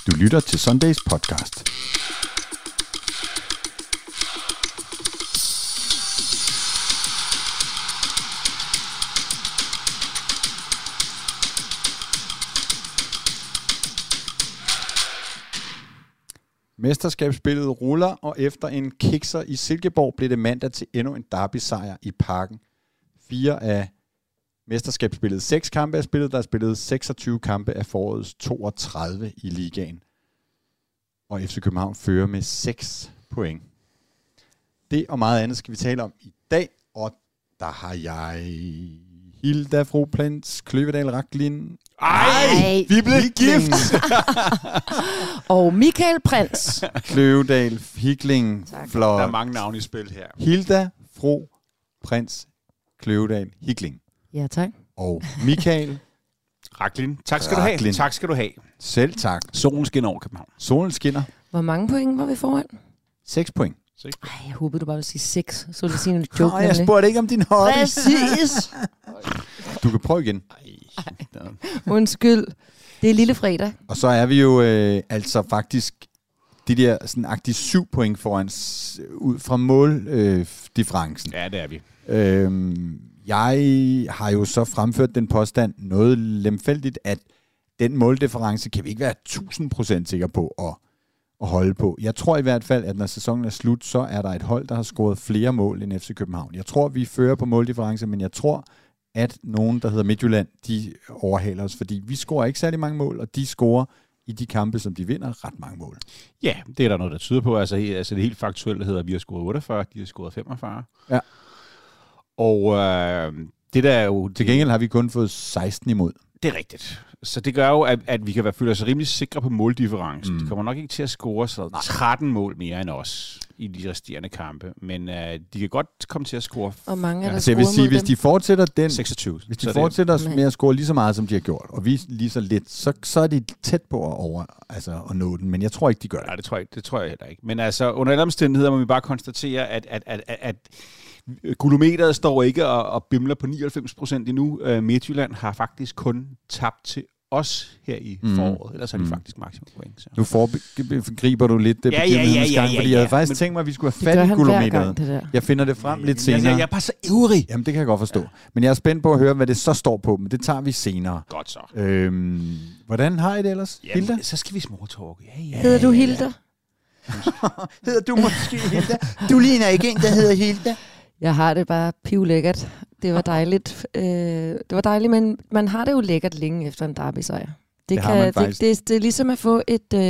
Du lytter til Sundays podcast. Mesterskabsspillet ruller, og efter en kikser i Silkeborg blev det mandag til endnu en derby-sejr i Parken. 4 af mesterskabsspillet 6 kampe er spillet. Der er spillet 26 kampe af forårets 32 i ligaen. Og FC København fører med 6 point. Det og meget andet skal vi tale om i dag, og der har jeg Hilda Froplans Kløvedal Raklin. Ej, vi blev gift! Og Michael Prins. Kløvedal, Hikling, Flot. Der er mange navne i spil her. Hilda Fro Prins Kløvedal Hikling. Ja, tak. Og Michael Raklin. Tak skal du have. Tak skal du have. Selv tak. Solen skinner over København. Solen skinner. Hvor mange point var vi foran? 6 point. Ej, jeg håbede, du bare ville sige 6. Så ville du sige en joke. Jeg spurgte ikke om din hobby. Præcis. Du kan prøve igen. Undskyld. Det er lille fredag. Og så er vi jo altså faktisk de der sådan agtige 7 point foran ud fra måldifferencen. Ja, det er vi. Jeg har jo så fremført den påstand noget lemfældigt, at den måldifference kan vi ikke være 1000% sikre på at holde på. Jeg tror i hvert fald, at når sæsonen er slut, så er der et hold, der har scoret flere mål end FC København. Jeg tror, vi fører på måldifference, men jeg tror, at nogen, der hedder Midtjylland, de overhaler os, fordi vi scorer ikke særlig mange mål, og de scorer i de kampe, som de vinder, ret mange mål. Ja, det er der noget, der tyder på. Altså det helt faktuelle hedder, at vi har scoret 48, de har scoret 45. Ja. Og det der er jo... Til gengæld har vi kun fået 16 imod. Det er rigtigt. Så det gør jo, at vi kan føle os rimelig sikre på måldifferencen. De kommer nok ikke til at score så 13 mål mere end os i de resterende kampe, men de kan godt komme til at score. Og mange er der altså, jeg vil sige, hvis de fortsætter den 26. Hvis de fortsætter med at score lige så meget, som de har gjort, og vi lige så lidt, så er de tæt på at nå den, men jeg tror ikke, de gør det. Nej, det tror jeg heller ikke. Men altså, under alle omstændigheder må vi bare konstatere, at gulometeret står ikke og bimler på 99% endnu. Midtjylland har faktisk kun tabt til os her i foråret. Ellers har de faktisk maksimum point. Så. Nu foregriber du lidt det gang, fordi jeg havde faktisk tænkt mig, at vi skulle have fat i gulometeret. Jeg finder det frem lidt senere. Jeg er bare så ivrig. Jamen, det kan jeg godt forstå. Ja. Men jeg er spændt på at høre, hvad det så står på, men det tager vi senere. Godt så. Hvordan har I det ellers, Hilda? Så skal vi småtalke. Hedder du Hilda? Hedder du måske Hilda? Du ligner ikke en, der hedder Hilda. Jeg har det bare pivlækkert. Det var dejligt. Det var dejligt, men man har det jo lækkert længe efter en derby-sejr. Det er ligesom at få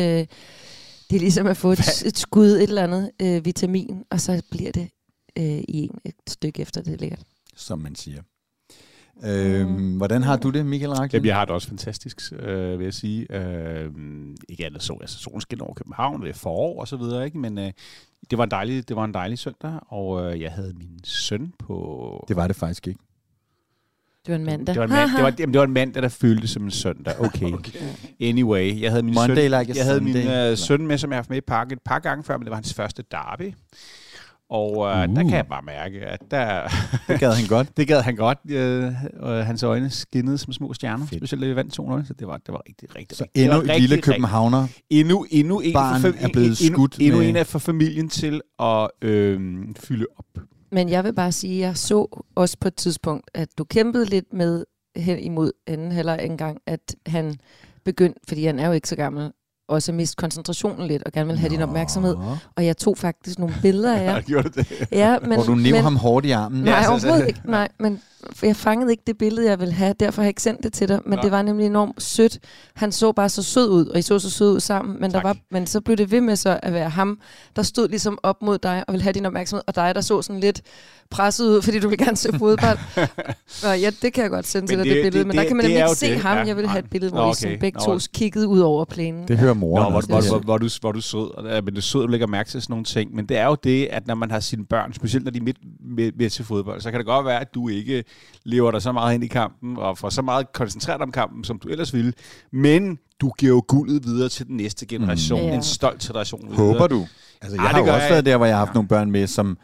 et skud, et eller andet vitamin, og så bliver det et stykke efter det lækkert. Som man siger. Hvordan har du det, Michael Raklin? Jamen, jeg har det også fantastisk, vil jeg sige. Ikke andet så, altså solen skinner over København, det er forår og så videre, ikke? Men det var en dejlig søndag, og jeg havde min søn på... Det var det faktisk ikke. Det var en mandag. Det var en mandag, der føltes som en søndag. Okay. Anyway, jeg havde min søn med, som jeg har haft med i parken et par gange før, men det var hans første derby. Og der kan jeg bare mærke, at det gad han godt. Det gad han godt. Og hans øjne skinnede som små stjerner. Fedt. Specielt da vi vandt 2-0, så det var rigtig. Så endnu et lille københavner. Endnu en barn er blevet skudt. Endnu en af for familien til at fylde op. Men jeg vil bare sige, at jeg så også på et tidspunkt, at du kæmpede lidt med hen imod anden halvleg engang, at han begyndte, fordi han er jo ikke så gammel, også miste koncentrationen lidt, og gerne vil have din opmærksomhed. Og jeg tog faktisk nogle billeder af jer. Ja, gjorde du det? Ja, men, og du nævner ham hårdt i armen. Nej, overhovedet ikke. Nej, men jeg fangede ikke det billede, jeg ville have. Derfor har jeg ikke sendt det til dig. Men det var nemlig enormt sødt. Han så bare så sød ud, og I så sød ud sammen. Men så blev det ved med så at være ham, der stod ligesom op mod dig, og ville have din opmærksomhed, og dig, der så sådan lidt presset ud, fordi du vil gerne se fodbold. Og ja, det kan jeg godt sende til dig, det billede. Men der kan man nemlig ikke se ham. Jeg ville have et billede, hvor I begge to kiggede ud over plænen. Det hører moren. Hvor du sød. Men det er sød, at du lægger mærke til sådan nogle ting. Men det er jo det, at når man har sine børn, specielt når de er med til fodbold, så kan det godt være, at du ikke lever dig så meget ind i kampen, og får så meget koncentreret om kampen, som du ellers ville. Men du giver jo guldet videre til den næste generation. En stolt generation videre. Håber du? Altså, jeg har jo også været der, hvor jeg har haft nogle børn med, som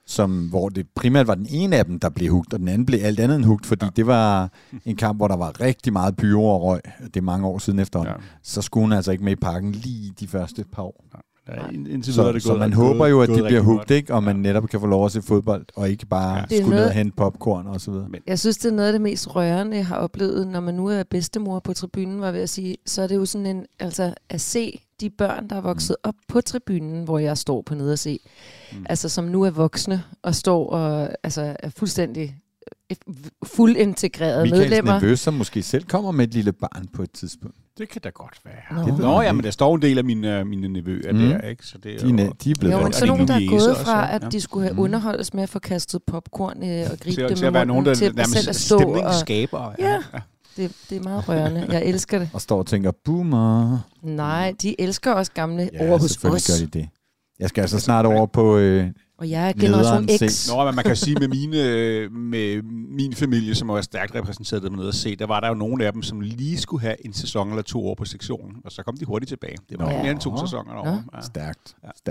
hvor det primært var den ene af dem, der blev hugt, og den anden blev alt andet end hugt, fordi det var en kamp, hvor der var rigtig meget pyro og røg. Det er mange år siden efterhånden. Ja. Så skulle hun altså ikke med i parken lige de første par år. Så man håber jo, at de bliver hugt, ikke? Og man netop kan få lov at se fodbold, og ikke bare skulle ned og hente popcorn og så videre. Jeg synes, det er noget af det mest rørende, jeg har oplevet, når man nu er bedstemor på tribunen, var ved at sige, så er det jo sådan en, altså at se de børn, der er vokset op på tribunen, hvor jeg står på nede og se, altså som nu er voksne og står og altså er fuldstændig fuldintegrerede medlemmer. Michaels nervøs, som måske selv kommer med et lille barn på et tidspunkt. Det kan da godt være. Nå ja, men der står en del af mine nevøer der, ikke? Så det er de er blevet jo, men så nogen, der er gået fra, at de skulle have underholdes med at få kastet popcorn og gribe det med munden, til at selv at stå. Stemningsskaber. Ja. Det er meget rørende. Jeg elsker det. Og står og tænker, boomer. Nej, de elsker også gamle over hos os. Gør de det. Jeg skal altså snart over på og jeg er generation X. Nå, men man kan sige, med min familie, som var stærkt repræsenteret med noget at se, der var der jo nogle af dem, som lige skulle have en sæson eller 2 år på sektionen, og så kom de hurtigt tilbage. Det var mere end 2 sæsoner derovre. Ja. Stærkt.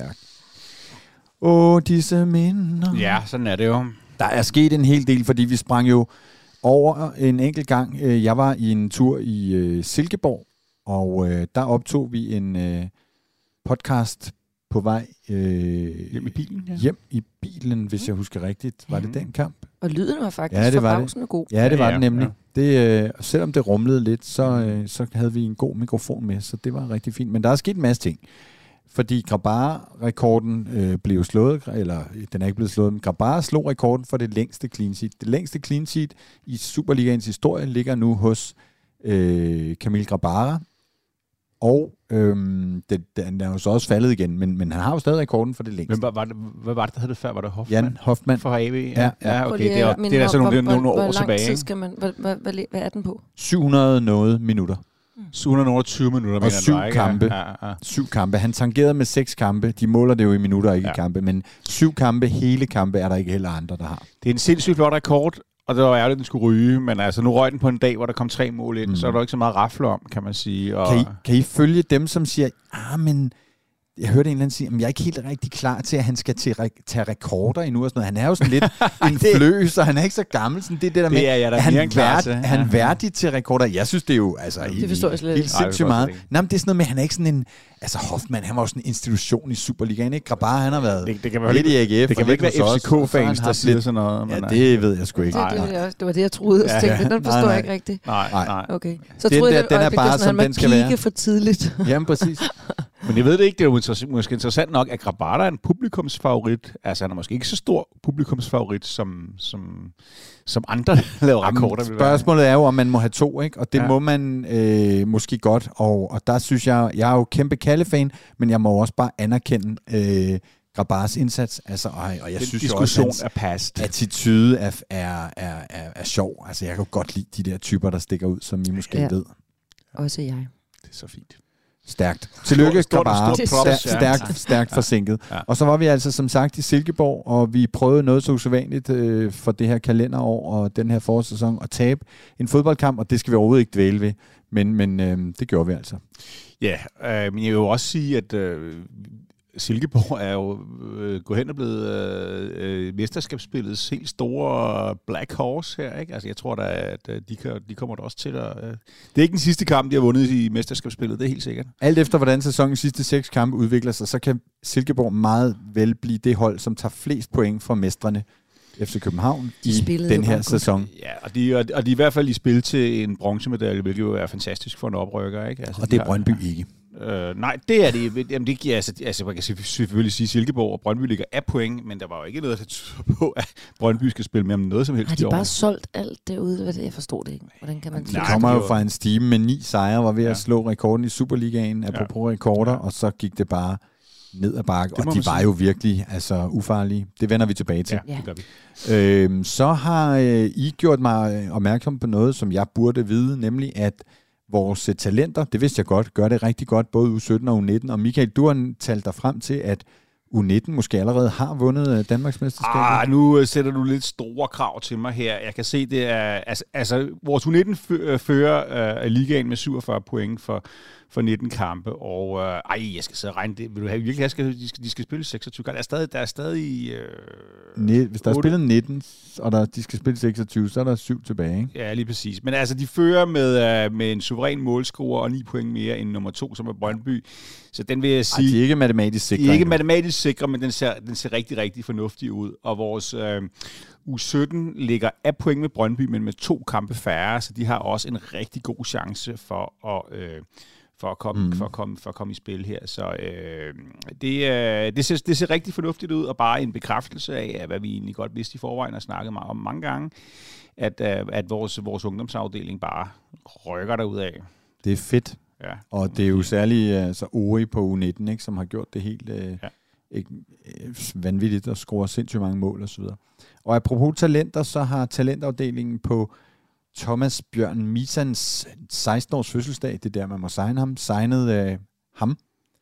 Disse minder. Ja, sådan er det jo. Der er sket en hel del, fordi vi sprang jo over en enkelt gang. Jeg var i en tur i Silkeborg, og der optog vi en podcast på vej hjem i bilen. Ja. Hjem i bilen, hvis jeg husker rigtigt. Var det den kamp? Og lyden var faktisk forbavsende god. Ja, det var det nemlig. Ja. Det, selvom det rumlede lidt, så havde vi en god mikrofon med, så det var rigtig fint. Men der er sket en masse ting. Fordi Grabara-rekorden blev slået, eller den er ikke blevet slået, men Grabara slog rekorden for det længste clean sheet. Det længste clean sheet i Superligaens historie ligger nu hos Kamil Grabara. Og den er jo så også faldet igen, men han har jo stadig rekorden for det længste. Hvad var det, der hed det før? Var det Hoffmann? Jan Hoffmann. For AV? Ja, okay. Det er altså nogle år tilbage. Hvad er den på? 700 noget minutter. 720 minutter, og 7 kampe. Ja. 7 kampe. Han tangerede med 6 kampe. De måler det jo i minutter, ikke i kampe. Men 7 kampe, hele kampe, er der ikke heller andre, der har. Det er en sindssygt flot rekord, og det var ærgerligt, at den skulle ryge. Men altså, nu røg den på en dag, hvor der kom 3 mål ind, så er der ikke så meget rafle om, kan man sige. Og kan I følge dem, som siger, men jeg hørte en eller anden sige, at jeg er ikke helt rigtig klar til, at han skal tage rekorder endnu og sådan noget. Han er jo sådan lidt en fløs, og han er ikke så gammel. Sådan det der med, han værdig til rekorder. Jeg synes, det er jo helt sindssygt meget. Nej, men det er sådan noget med, han er ikke sådan en... Altså Hoffmann, han var jo sådan en institution i Superligaen, ikke? Grabara, han har været lidt i AGF. Det kan vel ikke være FCK-fans, der siger sådan noget. Ja, det ved jeg sgu ikke. Det var det, jeg troede. Og tænkte, den forstår jeg ikke rigtigt. Nej. Okay. Så troede jeg, den er bare, som den skal være. for tidligt. Jamen, præcis. Men jeg ved det ikke, det er jo måske interessant nok, at Grabara er en publikumsfavorit. Altså, han er måske ikke så stor publikumsfavorit, som andre, der laver rekorder. Spørgsmålet er jo, om man må have 2, ikke? Og det må man måske godt. Og der synes jeg er jo kæmpe Kalle-fan, men jeg må også bare anerkende Grabaras indsats. Altså, og jeg synes jo også, at hans attitude er sjov. Altså, jeg kan jo godt lide de der typer, der stikker ud, som I måske ved. Også jeg. Det er så fint. Stærkt. Tillykke, Grabara. Stærkt forsinket. Ja. Og så var vi altså som sagt i Silkeborg, og vi prøvede noget så usædvanligt for det her kalenderår og den her forårssæson at tabe en fodboldkamp, og det skal vi overhovedet ikke dvæle ved. Men det gjorde vi altså. Ja, men jeg vil jo også sige, at Silkeborg er jo gået hen og blevet mesterskabsspillets helt store black horse her, ikke? Altså jeg tror da, at de kommer da også til at... Det er ikke den sidste kamp, de har vundet i mesterskabsspillet, det er helt sikkert. Alt efter hvordan sæsonens sidste 6 kampe udvikler sig, så kan Silkeborg meget vel blive det hold, som tager flest point fra mestrene FC København i den her sæson. Ja, og de er i hvert fald i spil til en bronzemedalje, hvilket jo er fantastisk for en oprykker, ikke? Altså, og det er Brøndby ikke. Nej, det er det. Jamen, det giver altså man kan selvfølgelig sige, at Silkeborg og Brøndby ligger af point, men der var jo ikke noget, der tyder på, at Brøndby skal spille mere om noget som helst. Har de bare solgt alt derude? Jeg forstår det ikke. Hvordan kan man de kommer jo fra en stime med 9 sejre, var ved at slå rekorden i Superligaen, apropos rekorder, og så gik det bare ned ad bakke, og de var jo virkelig ufarlige. Det vender vi tilbage til. Ja, det gør vi. Så har I gjort mig opmærksom på noget, som jeg burde vide, nemlig at vores talenter, det vidste jeg godt, gør det rigtig godt, både U17 og U19. Og Michael, du har talt dig frem til, at U19 måske allerede har vundet Danmarksmesterskabet. Nu sætter du lidt store krav til mig her. Jeg kan se, det er... Altså vores U19 fører ligaen med 47 point for 19 kampe, og jeg skal sidde og regne det. Vil du have virkelig, de skal spille 26 kampe? Der er stadig hvis der er spillet 19, og de skal spille 26, så er der 7 tilbage, ikke? Ja, lige præcis. Men altså, de fører med en suveræn målscorer og 9 point mere end nummer 2, som er Brøndby. Så den vil jeg sige... de er ikke matematisk sikre. De er ikke matematisk sikre, men den ser rigtig, rigtig fornuftig ud. Og vores U17 ligger af point med Brøndby, men med 2 kampe færre, så de har også en rigtig god chance for at komme i spil her. Så det ser rigtig fornuftigt ud, og bare en bekræftelse af, hvad vi egentlig godt vidste i forvejen og snakket meget om mange gange, at vores ungdomsafdeling bare rykker derudad. Det er fedt. Ja. Og det er jo særligt Ori på U19, ikke, som har gjort det helt vanvittigt og scorer sindssygt mange mål og så videre. Og apropos talenter, så har talentafdelingen på Thomas Bjørn Misans 16-års fødselsdag, det er der, man må signe ham, signet ham,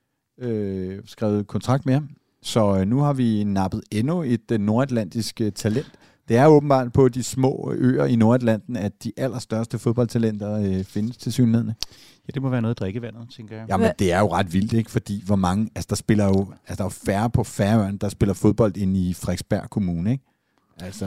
skrevet kontrakt med ham. Så nu har vi nappet endnu et nordatlantisk talent. Det er åbenbart på de små øer i Nordatlanten, at de allerstørste fodboldtalenter findes til synligheden. Ja, det må være noget af drikkevandet, tænker jeg. Jamen, det er jo ret vildt, ikke? Fordi hvor mange, der spiller jo, der er jo færre på Færøerne, der spiller fodbold inde i Frederiksberg Kommune, ikke? Altså,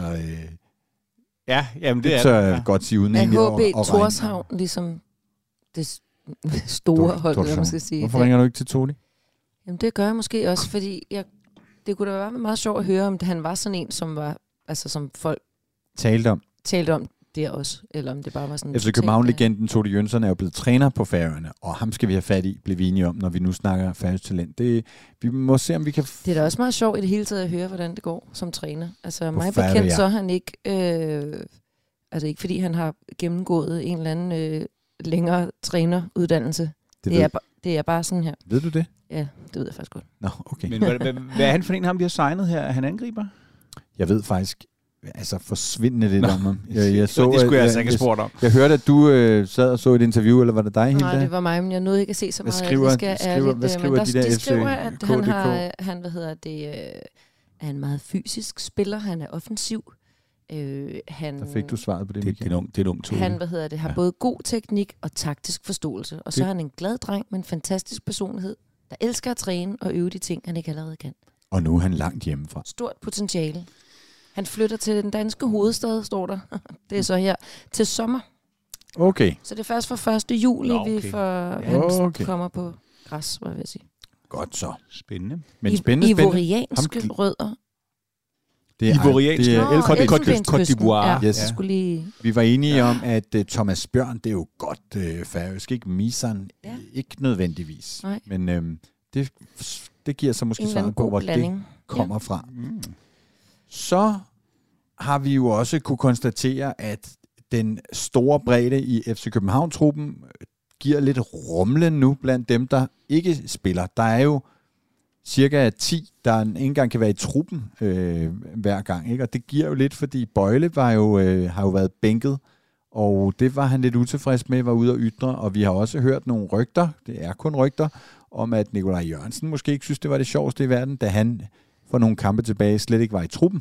ja, jamen det er så ja. Godt sige uden egentlig at HB Torshavn, ligesom det store hold, eller man skal sige. Hvorfor ringer du ikke til Toni? Jamen, det gør jeg måske også, fordi det kunne da være meget sjovt at høre, om han var sådan en, som var, altså som folk talte om det også, eller om det bare var sådan... FC København-legenden Todi Jønsson er jo blevet træner på Færøerne, og ham skal vi have fat i, bliver vi enige om, når vi nu snakker færøsk talent. Vi må se, om vi kan... Det er da også meget sjovt i det hele taget at høre, hvordan det går som træner. Altså mig bekendt, så er han ikke... altså ikke fordi han har gennemgået en eller anden længere træneruddannelse. Det er bare sådan her. Ved du det? Ja, det ved jeg faktisk godt. Nå, okay. Men hvad er han for en, ham vi har signet her? Er han angriber? Jeg ved faktisk... Altså forsvindende lidt om ham. Jeg så, det skulle jeg altså ikke have spurgt om. Jeg hørte, at du sad og så et interview, eller var det dig? Nej, det var mig, men jeg nåede ikke at se så meget. Hvad skriver de der de skriver, at han er en meget fysisk spiller. Han er offensiv. Der fik du svaret på det, Michael. Det er en ung tone. Han har både god teknik og taktisk forståelse. Og så er han en glad dreng med en fantastisk personlighed, der elsker at træne og øve de ting, han ikke allerede kan. Og nu er han langt hjemmefra. Stort potentiale. Han flytter til den danske hovedstad, står der. Det er så her til sommer. Okay. Så det er først fra 1. juli, vi får kommer på græs, hvad vil jeg sige. Godt så. Spændende. Men spændende. Ivorianske rødder. Det er Côte d'Ivoire. Ja, yes. Vi var enige om, at Thomas Bjørn, det er jo godt færøsk, ikke? Misan, ikke nødvendigvis. Nej. Men det giver så måske svaret på, hvor det kommer fra. Mm. Så har vi jo også kunne konstatere, at den store bredde i FC København-truppen giver lidt rumle nu blandt dem, der ikke spiller. Der er jo cirka 10, der ikke engang kan være i truppen hver gang, ikke? Og det giver jo lidt, fordi Bøjle har jo været bænket, og det var han lidt utilfreds med, var ude at ytre, og vi har også hørt nogle rygter, det er kun rygter, om at Nikolaj Jørgensen måske ikke synes, det var det sjoveste i verden, da han for nogle kampe tilbage slet ikke var i truppen.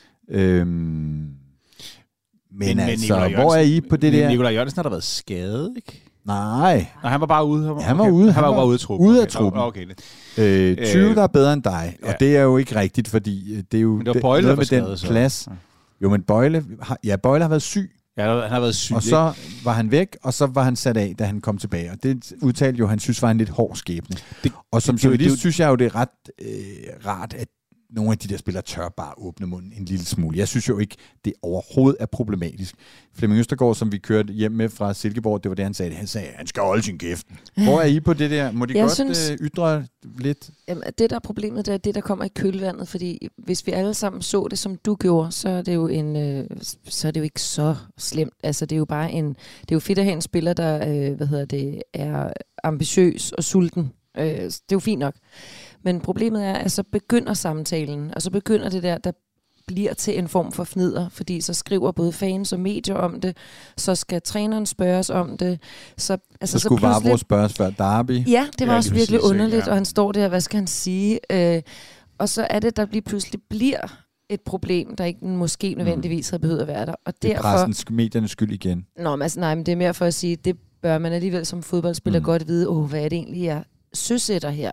Men altså, hvor er I på det der? Nikolaj Jørgensen har da været skadet, ikke? Nej, han var bare ude. Han var ude. Han var bare ude af truppen. Ude af truppen. Okay. 20, der er bedre end dig. Og det er jo ikke rigtigt, fordi det er jo det var Bøjle, noget med den plads. Jo, men Bøjle har været syg. Ja, han har været syg. Og så var han væk, og så var han sat af, da han kom tilbage. Og det udtalte jo, han synes var en lidt hård skæbne. Og som journalist synes jeg jo, det er ret rart, at nogle af de der spillere tør bare åbne munden en lille smule. Jeg synes jo ikke, det overhovedet er problematisk. Flemming Østergaard, som vi kørte hjem med fra Silkeborg, det var det, han sagde. Han sagde, han skal holde sin kæft. Hvor er I på det der? Må de godt ytre lidt? Jamen, det, der er problemet, det er det, der kommer i kølvandet. Fordi hvis vi alle sammen så det, som du gjorde, så er det jo, så er det jo ikke så slemt. Altså, det er jo bare det er jo fedt at have en spiller, der er ambitiøs og sulten. Det er jo fint nok. Men problemet er, at så begynder samtalen, og så begynder det der bliver til en form for fnidder, fordi så skriver både fans og medier om det, så skal træneren spørges om det. Så skulle Vavro spørges før derby. Ja, det var også virkelig underligt, og han står der, hvad skal han sige? Og så er det, der pludselig bliver et problem, der ikke måske nødvendigvis havde behøvet at være der. Og det er pressens, mediernes skyld igen. Men det er mere for at sige, det bør man alligevel som fodboldspiller godt vide, hvad er det egentlig, jeg søsætter her?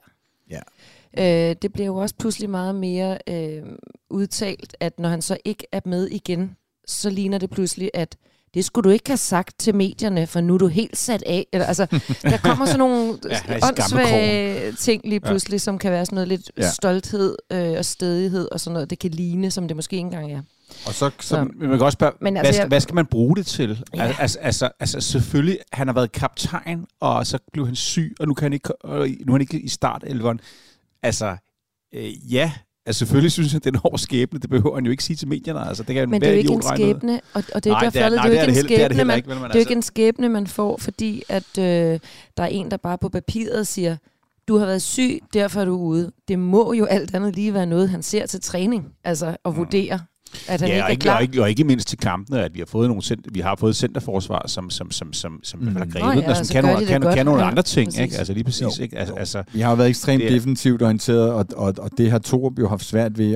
Ja. Det bliver jo også pludselig meget mere udtalt, at når han så ikke er med igen, så ligner det pludselig, at det skulle du ikke have sagt til medierne, for nu er du helt sat af. Eller, altså, der kommer sådan nogle åndssvage ting lige pludselig, som kan være sådan noget lidt stolthed og stædighed og sådan noget. Det kan ligne, som det måske ikke engang er. Og så man kan også spørge, hvad skal man bruge det til? Ja. Altså selvfølgelig, han har været kaptajn, og så blev han syg, og nu er han ikke i startelveren. Altså, selvfølgelig synes jeg, det er en hård skæbne. Det behøver han jo ikke sige til medierne. Altså, det kan men det er jo ikke en skæbne, og det er derfor, det er jo ikke en skæbne, man får, fordi at der er en, der bare på papiret siger, du har været syg, derfor er du ude. Det må jo alt andet lige være noget, han ser til træning, altså at vurdere. At han ikke er klar. Og ikke mindst til kampene, at vi har fået centerforsvar, som har grebet og som kan nogle andre ting. Ikke? Altså lige præcis. Ikke? Altså, vi har jo været ekstremt defensivt orienteret, og det har Torup jo haft svært ved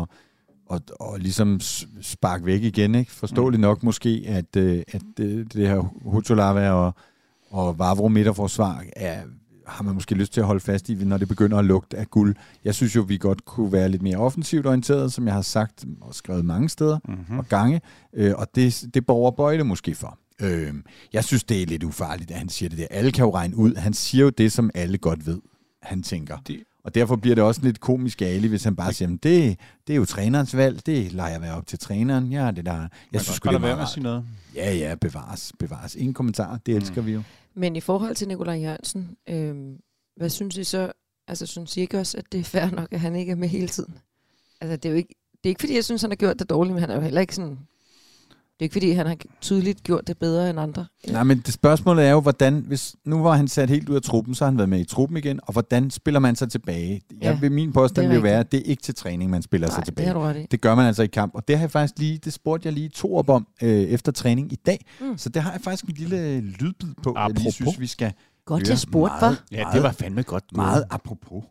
at ligesom sparke væk igen. Ikke? Forståeligt nok måske, at det her Hutulava og Vavro midterforsvar har man måske lyst til at holde fast i, når det begynder at lugte af guld. Jeg synes jo, vi godt kunne være lidt mere offensivt orienteret, som jeg har sagt og skrevet mange steder og gange, og det borger Bøjle måske for. Jeg synes, det er lidt ufarligt, at han siger det der. Alle kan jo regne ud. Han siger jo det, som alle godt ved, han tænker. Og derfor bliver det også lidt komisk ærligt, hvis han bare siger, det er jo trænerens valg, det lader jeg være op til træneren. Ja, det der. Jeg synes det er meget rart. Noget. Ja, bevares. Ingen kommentar, det elsker vi jo. Men i forhold til Nikolaj Jørgensen, hvad synes I så? Altså, synes I ikke også, at det er fair nok, at han ikke er med hele tiden? Altså, det er jo ikke, fordi jeg synes, han har gjort det dårligt, men han er jo heller ikke sådan... Det er ikke, fordi han har tydeligt gjort det bedre end andre. Nej, men det spørgsmålet er jo, hvordan... Hvis nu var han sat helt ud af truppen, så har han været med i truppen igen, og hvordan spiller man sig tilbage? Min påstand vil være, at det er ikke til træning, man spiller sig tilbage. Det gør man altså i kamp, og det har jeg faktisk det spurgte jeg lige Torup om efter træning i dag. Så det har jeg faktisk en lille lydbid på, jeg lige synes, vi skal godt, jeg spurgte, hva'? Ja, det var fandme godt. Meget apropos.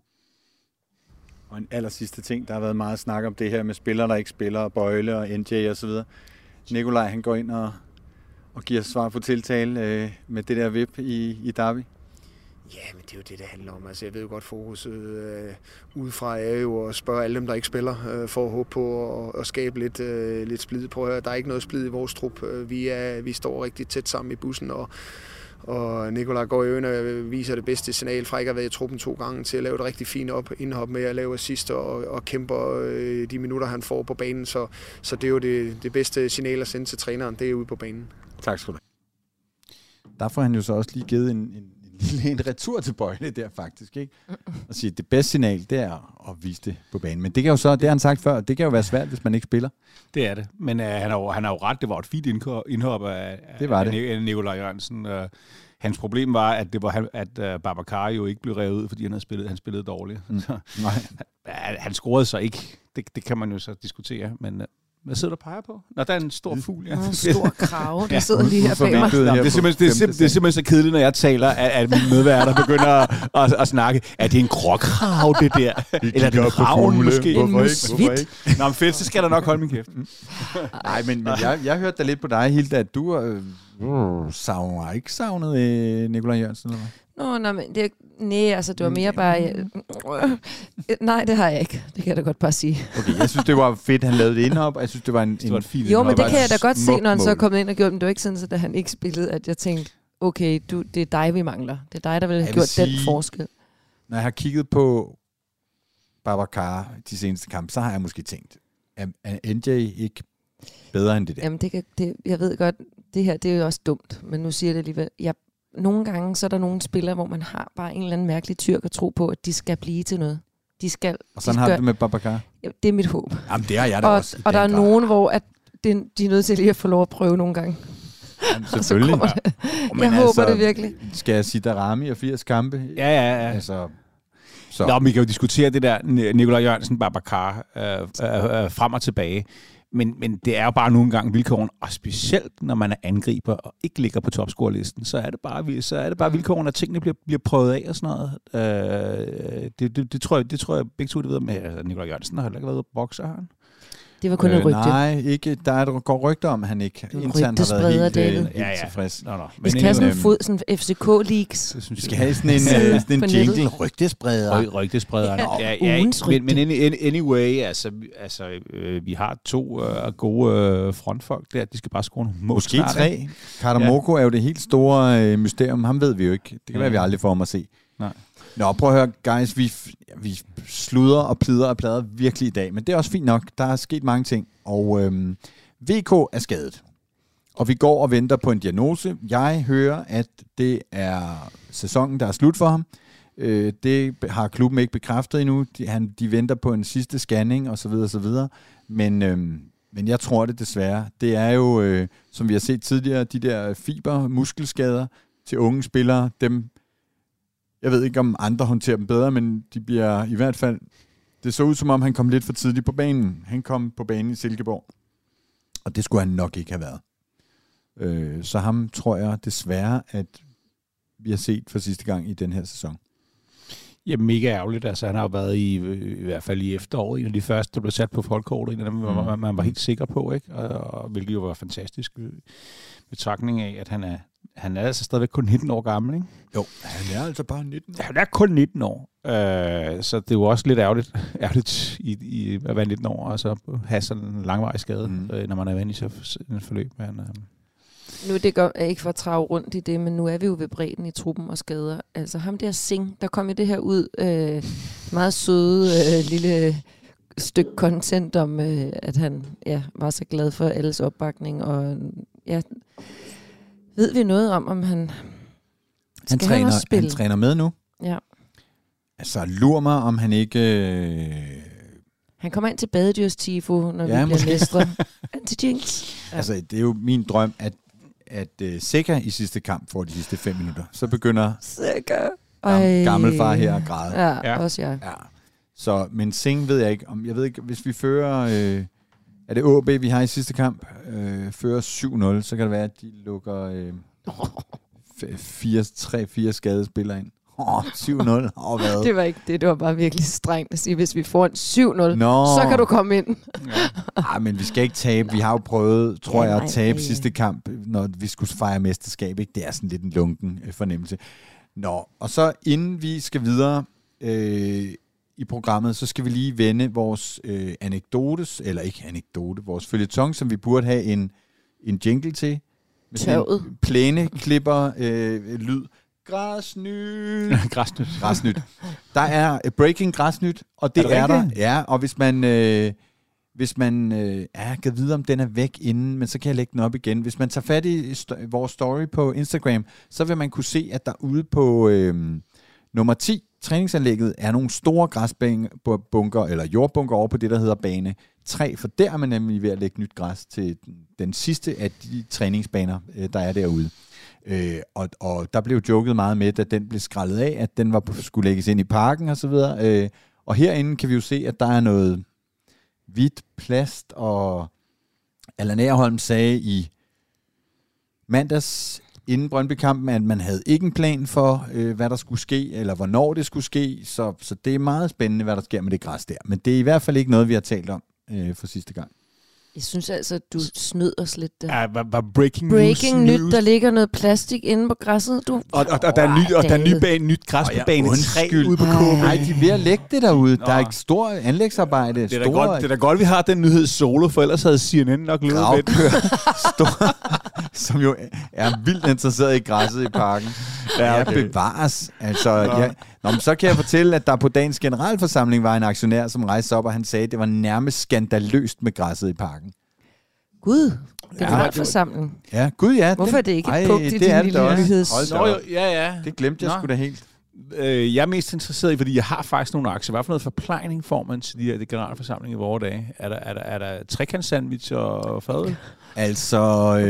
Og en aller sidste ting, der har været meget snak om det her med spillere, der ikke spiller, Bøjle og NJ og så videre. Nikolaj, han går ind og giver svar på tiltale med det der vip i Derby. Ja, men det er jo det handler om. Altså, jeg ved jo godt, fokuset udefra er jo at spørge alle dem, der ikke spiller, for at håbe på at skabe lidt splid. Prøv at høre, der er ikke noget splid i vores trup. Vi står rigtig tæt sammen i bussen, og Nikolaj går i øjnene og viser det bedste signal fra ikke at have været i truppen 2 gange til at lave et rigtig fint indhop med at lave assist og kæmper de minutter, han får på banen. Så det er jo det bedste signal at sende til træneren, det er ude på banen. Tak skal du have. Der får han jo så også lige givet en retur til Bøjle der faktisk, ikke? Og sige, det bedste signal, det er at vise det på banen. Men det kan jo så, det har han sagt før, det kan jo være svært, hvis man ikke spiller. Det er det. Men han har jo ret, det var et fint indhop af Nikolaj Jørgensen. Hans problem var, at Babacar jo ikke blev revet ud, fordi han spillede dårligt. Så, han scorede så ikke. Det kan man jo så diskutere, men... Hvad sidder du og peger på? Nå, der er en stor fugl. Ja. En stor krage, der sidder lige her bag mig. Det er simpelthen så kedeligt, når jeg taler, at mine medværter begynder at snakke. Er det en gråkrage, det der? Eller er det en ravn, måske? Hvorfor ikke? Nå, men fedt, så skal der nok holde min kæft. Nej, men jeg hørte da lidt på dig, Hilda, at du har ikke savnet Nikolaj Jørgensen, eller hvad? Nej, men det var mere bare... nej, det har jeg ikke. Det kan jeg da godt bare sige. Okay, jeg synes, det var fedt, han lavede det indhop, og jeg synes, det var en fint. Jo, men det kan jeg da godt se, når han så er kommet ind og gjort, men det var ikke sådan, at da han ikke spillede, at jeg tænkte, okay, det er dig, vi mangler. Det er dig, der vil have gjort den forskel. Når jeg har kigget på Babacar de seneste kampe, så har jeg måske tænkt, er NJ ikke bedre end det der? Jamen, jeg ved godt, det her, det er jo også dumt, men nu siger jeg det alligevel. Nogle gange, så er der nogle spillere, hvor man har bare en eller anden mærkelig tyrk at tro på, at de skal blive til noget. Og sådan har du det med Babacar? Ja, det er mit håb. Jamen, det har jeg da også. Og der er nogen, hvor de er nødt til lige at få lov at prøve nogle gange. Jamen, selvfølgelig. Jeg håber det virkelig. Skal jeg sige Darami og 80 kampe? Ja. Altså, så. Nå, vi kan jo diskutere det der Nikolaj Jørgensen, Babacar, frem og tilbage. Men det er jo bare nogle gange vilkåren, og specielt når man er angriber og ikke ligger på topscorelisten, så er det bare vilkåren, at tingene bliver prøvet af og sådan noget. Det tror jeg begge to det ved med. Altså, Nikolaj Jørgensen har heller ikke været bokser, han. Det var kun et rygte. Nej, ikke. Der går rygter om, at han ikke internt har været helt tilfreds. Nå. Vi skal have sådan en FCK-leaks. Vi skal have sådan en jingle. Rygtespreder. Rygtespreder. Ja, men anyway, altså vi har 2 gode frontfolk der. De skal bare score nogle mål. Måske 3. Karamoko er jo det helt store mysterium. Ham ved vi jo ikke. Det kan være, vi aldrig får ham at se. Nej. Nå, prøv at høre, guys. Vi sluder og plider og plader virkelig i dag. Men det er også fint nok. Der er sket mange ting. Og VK er skadet. Og vi går og venter på en diagnose. Jeg hører, at det er sæsonen, der er slut for ham. Det har klubben ikke bekræftet endnu. De venter på en sidste scanning osv. osv. Men jeg tror det desværre. Det er jo, som vi har set tidligere, de der fibermuskelskader til unge spillere. Jeg ved ikke, om andre håndterer dem bedre, men de bliver i hvert fald... Det så ud, som om han kom lidt for tidligt på banen. Han kom på banen i Silkeborg. Og det skulle han nok ikke have været. Så ham tror jeg desværre, at vi har set for sidste gang i den her sæson. Ja, mega ærgerligt. Altså, han har jo været i hvert fald i efteråret, en af de første, der blev sat på folkekortet, en af dem, man var helt sikker på, ikke? Og hvilket jo var fantastisk betragtning af, at han er altså stadigvæk kun 19 år gammel, ikke? Jo, han er altså bare 19 år. Han er kun 19 år. Så det er jo også lidt ærgerligt i at være 19 år, og så have sådan en langvarig skade, når man er vant i så en forløb. Men, Nu er det godt, ikke for at trage rundt i det, men nu er vi jo ved bredden i truppen og skader. Altså ham der Singh, der kom i det her ud, meget søde lille stykke content om, at han var så glad for alles opbakning. Og ved vi noget om han han træner med nu. Ja. Altså lur mig, om han ikke... Han kommer ind til badedyrstifo, når vi bliver mestre. Anti-jinx. Ja. Altså, det er jo min drøm, at Seca i sidste kamp får de sidste 5 minutter. Så begynder gammelfar her at græde. Ja, også jeg. Ja. Så, men Singh ved jeg ikke. Jeg ved ikke, hvis vi fører... er det AB, vi har i sidste kamp? Fører 7-0, så kan det være, at de lukker 3-4 skadede spillere ind. 7-0. Hvad? Det var ikke det. Det var bare virkelig strengt at sige, hvis vi får en 7-0, så kan du komme ind. Men vi skal ikke tabe. Vi har jo prøvet, tror jeg, at tabe sidste kamp, når vi skulle fejre mesterskab. Ikke? Det er sådan lidt en lunken fornemmelse. Nå, og så inden vi skal videre i programmet, så skal vi lige vende vores vores føljeton, som vi burde have en jingle til. Med Tørvet. Plæneklipper lyd. Græsnyt. Der er breaking græsnyt, og det er der. Ja, og hvis man kan vide, om den er væk inden, men så kan jeg lægge den op igen. Hvis man tager fat i vores story på Instagram, så vil man kunne se, at der ude på nummer 10, træningsanlægget, er nogle store græsbunker, eller jordbunker over på det, der hedder bane 3, for der er man nemlig ved at lægge nyt græs til den sidste af de træningsbaner, der er derude. Og der blev joket meget med, at den blev skrællet af, at den skulle lægges ind i parken og så videre. Og herinde kan vi jo se, at der er noget hvidt plast, og Allan Agerholm sagde i mandags inden Brøndby-kampen, at man havde ikke en plan for, hvad der skulle ske, eller hvornår det skulle ske. Så det er meget spændende, hvad der sker med det græs der. Men det er i hvert fald ikke noget, vi har talt om for sidste gang. Jeg synes altså, at du snød os lidt der. Ja, var breaking news. Der ligger noget plastik inde på græsset. Og der er nyt græs på bane 3 ude på KB. Nej, de er ved at lægge det derude. Der er ikke stor anlægsarbejde. Det er da godt, vi har den nyhed solo, for ellers havde CNN nok løbet med den. Som jo er vildt interesseret i græsset i parken. Ja, okay. Bevares. Altså, så kan jeg fortælle, at der på dagens generalforsamling var en aktionær, som rejste op, og han sagde, at det var nærmest skandaløst med græsset i parken. Gud, generalforsamling. Ja, gud ja. Hvorfor er det ikke et punkt i din lille nyheds? Det glemte jeg sgu da helt. Jeg er mest interesseret i, fordi jeg har faktisk nogle aktier. Hvad for noget forplejning får man til de her generalforsamling i vore dage? Er der trekantssandwich og fadøl? Altså,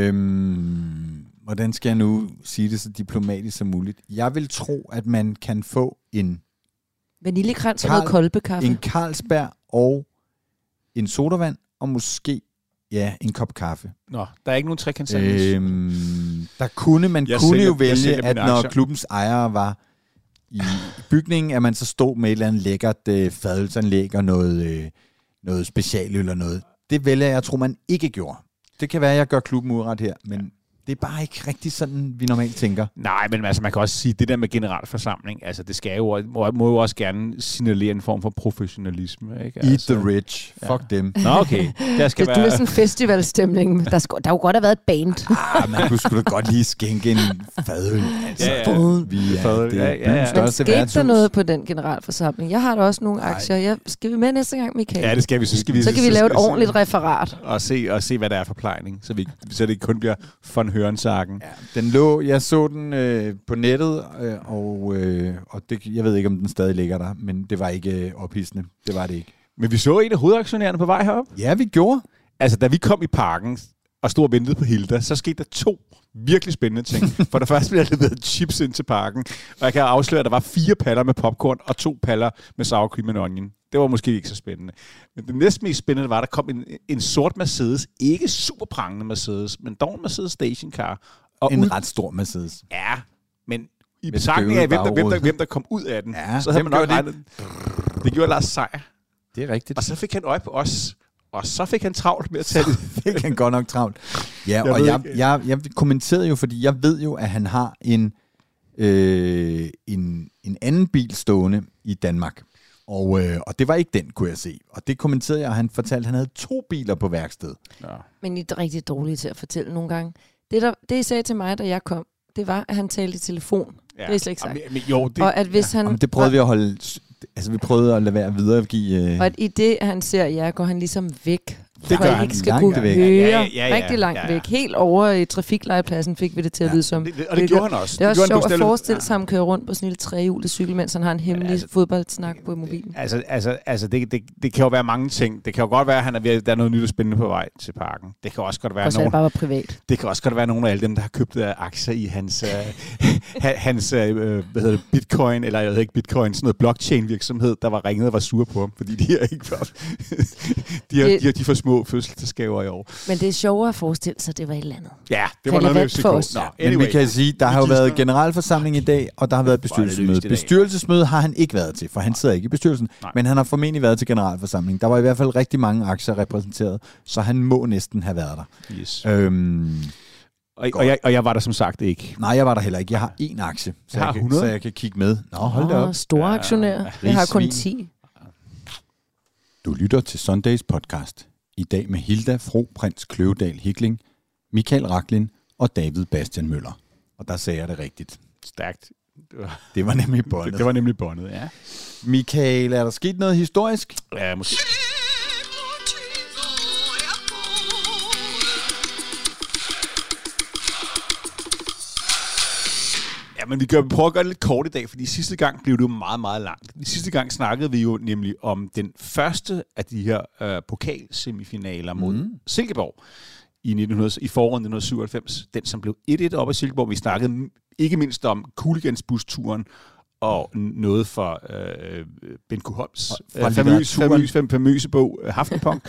hvordan skal jeg nu sige det så diplomatisk som muligt? Jeg vil tro, at man kan få en vaniljekrans og noget kolbekaffe. En Carlsberg og en sodavand, og måske en kop kaffe. Nå, der er ikke nogen trekantssandwich. Man kunne jo vælge, at når klubbens ejere var i bygningen, at man så stod med et eller andet lækkert fadølsanlæg og noget specialøl eller noget. Det vælger jeg tror, man ikke gjorde. Det kan være, at jeg gør klubben uret her, men det er bare ikke rigtig sådan, vi normalt tænker. Nej, men altså, man kan også sige, det der med generalforsamling, altså det skal jo, må jo også gerne signalere en form for professionalisme. Ikke? Eat altså, the rich. Fuck dem. Nå, okay. Der skal det er sådan en festivalstemning. Der har jo godt have været et band. Man kunne sgu da godt lige skænke en fadøl. Altså, vi er Men skete der noget på den generalforsamling? Jeg har da også nogle aktier. Skal vi med næste gang, Michael? Ja, det skal vi. Så kan vi lave et ordentligt referat. Og se, hvad der er for plejning, så det ikke kun bliver von Hørensagen. Ja, jeg så den på nettet, og det, jeg ved ikke, om den stadig ligger der, men det var ikke ophidsende. Det var det ikke. Men vi så en af hovedaktionærerne på vej herop. Ja, vi gjorde. Altså, da vi kom i parken og stod og ventede på Hilda, så skete der 2 virkelig spændende ting. For det første blev der leveret chips ind til parken, og jeg kan afsløre, at der var 4 paller med popcorn og 2 paller med sour cream and onion. Det var måske ikke så spændende. Men det næsten mest spændende var, at der kom en sort Mercedes. Ikke super prangende Mercedes, men dog en Mercedes stationcar. Og en ret stor Mercedes. Ja, men i betragtning af, hvem der kom ud af den, så havde man nok regnet. Det gjorde Lars Seier. Det er rigtigt. Og så fik han øje på os. Og så fik han travlt med at tage det. Fik han godt nok travlt. Ja, jeg kommenterede jo, fordi jeg ved jo, at han har en anden bil stående i Danmark. Og det var ikke den, kunne jeg se. Og det kommenterede jeg, og han fortalte, at han havde 2 biler på værksted. Ja. Men I er rigtig dårlige til at fortælle nogle gange. Det I sagde til mig, da jeg kom, det var, at han talte i telefon. Ja. Det er slet ikke sagt. Og at hvis han... det prøvede vi at holde... Altså, vi prøvede at lade være at videregive... Og at i det, han ser jer, går han ligesom væk. Det gør han ikke skal kunne høre rigtig langt væk. Helt over i trafiklejepladsen fik vi det til at lyde som. Og det gjorde han også. Det er også sjovt at forestille sig ham køre rundt på sådan en lille trehjulet cykel, mens han har en hemmelig fodboldsnak på mobilen. Altså det kan jo være mange ting. Det kan jo godt være, at der er noget nyt og spændende på vej til parken. Det kan også godt være nogen... bare var privat. Det kan også godt være nogle af alle dem, der har købt aktier i hans bitcoin, eller jeg ved ikke bitcoin, sådan noget blockchain-virksomhed, der var ringet og var sure på ham, fordi de har ikke de får små fødselsdagsgaver i år. Men det er sjovere at forestille sig, det var et eller andet. Ja, det var noget med FCK. Men vi kan sige, der har jo været generalforsamling i dag, og der har været bestyrelsesmøde. Bestyrelsesmøde har han ikke været til, for han sidder ikke i bestyrelsen, men han har formentlig været til generalforsamling. Der var i hvert fald rigtig mange aktier repræsenteret, så han må næsten have været der. Yes. Og jeg var der som sagt ikke. Nej, jeg var der heller ikke. Jeg har 1 aktie, så jeg kan kigge med. Nå, hold da op. Store aktionærer. Jeg har kun 10. Du lytter til Sundays podcast. I dag med Hilda Fro Prins Kløvedal Hikling, Michael Raklin og David Bastian Møller. Og der sagde jeg det rigtigt. Stærkt. Det var nemlig båndet. Det var nemlig båndet, ja. Michael, er der sket noget historisk? Ja, måske. Ja, men vi prøver at gøre det lidt kort i dag, fordi sidste gang blev det jo meget, meget langt. Sidste gang snakkede vi jo nemlig om den første af de her pokalsemifinaler mod Silkeborg i foråret 1997. Den, som blev 1-1 op af Silkeborg. Vi snakkede ikke mindst om Cooligansbusturen og noget for Benko Holms famøse bog Haftenpong.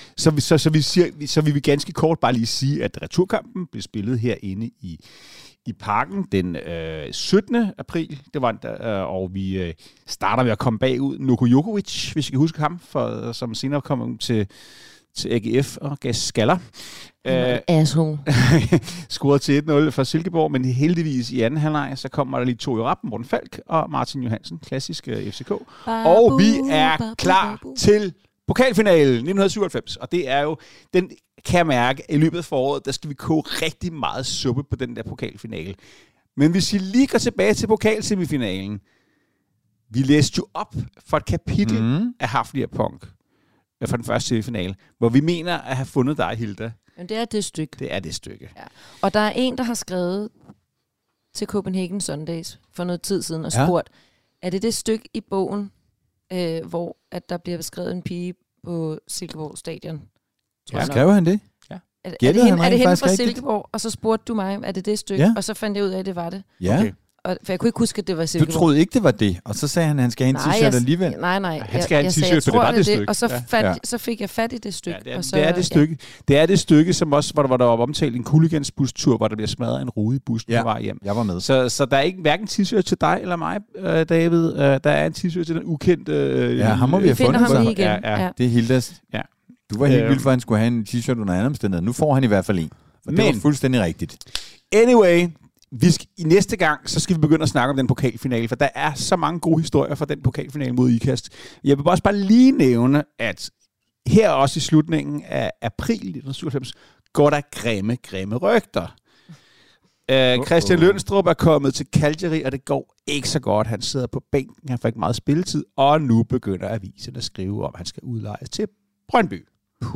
Så vi vil ganske kort bare lige sige, at returkampen blev spillet herinde i parken den 17. april. Det var og vi starter med at komme bagud. Noko Jokovic, hvis I kan huske ham, som senere kom til AGF og gav skaller. Asshole. Scorede til 1-0 for Silkeborg, men heldigvis i anden halvleg, så kommer der lige 2 i rappen, Morten Falk og Martin Johansen, klassisk FCK. Og vi er klar til pokalfinalen 1997, og det er jo, den kan jeg mærke, i løbet af foråret, der skal vi koge rigtig meget suppe på den der pokalfinale. Men hvis I lige går tilbage til pokalsemifinalen, vi læste jo op for et kapitel af Haflia Punk for den første semifinale, hvor vi mener at have fundet dig, Hilda. Men det er det stykke. Det er det stykke. Ja. Og der er en, der har skrevet til Copenhagen Sundays for noget tid siden og spurgt, er det stykke i bogen, hvor at der bliver beskrevet en pige på Silkeborg Stadion? Skrev han det? Ja. Er det hende fra Silkeborg? Og så spurgte du mig, er det stykke? Ja. Og så fandt jeg ud af, at det var det. Ja. Okay. For jeg kunne ikke huske, at det var Silkeborg. Du troede ikke, det var det, og så sagde han, at han skal have en t-shirt alligevel. Nej. Han skal have en t-shirt, for det var det stykke. Og så fik jeg fat i det stykke. Ja, det er det stykke. Det er det stykke, som også, hvor der var omtalt en Cooligansbustur, hvor der bliver smadret en rude i bussen på vej hjem. Jeg var med. Så der er ikke hverken t-shirt til dig eller mig, David. Der er en t-shirt til den ukendte... ham må vi have fundet. Ham igen. Ja. Det er Hildas. Ja. Du var helt vild for, at han skulle have en t-shirt under andre omstændigheder. Nu får han i hvert fald en. Og det var fuldstændig rigtigt. Anyway, i næste gang, så skal vi begynde at snakke om den pokalfinale, for der er så mange gode historier fra den pokalfinale mod IKAST. Jeg vil også bare lige nævne, at her også i slutningen af april 1997, går der grimme rygter. Christian Lønstrup er kommet til Cagliari, og det går ikke så godt. Han sidder på bænken, han får ikke meget spilletid, og nu begynder avisen at skrive om, at han skal udlejes til Brøndby.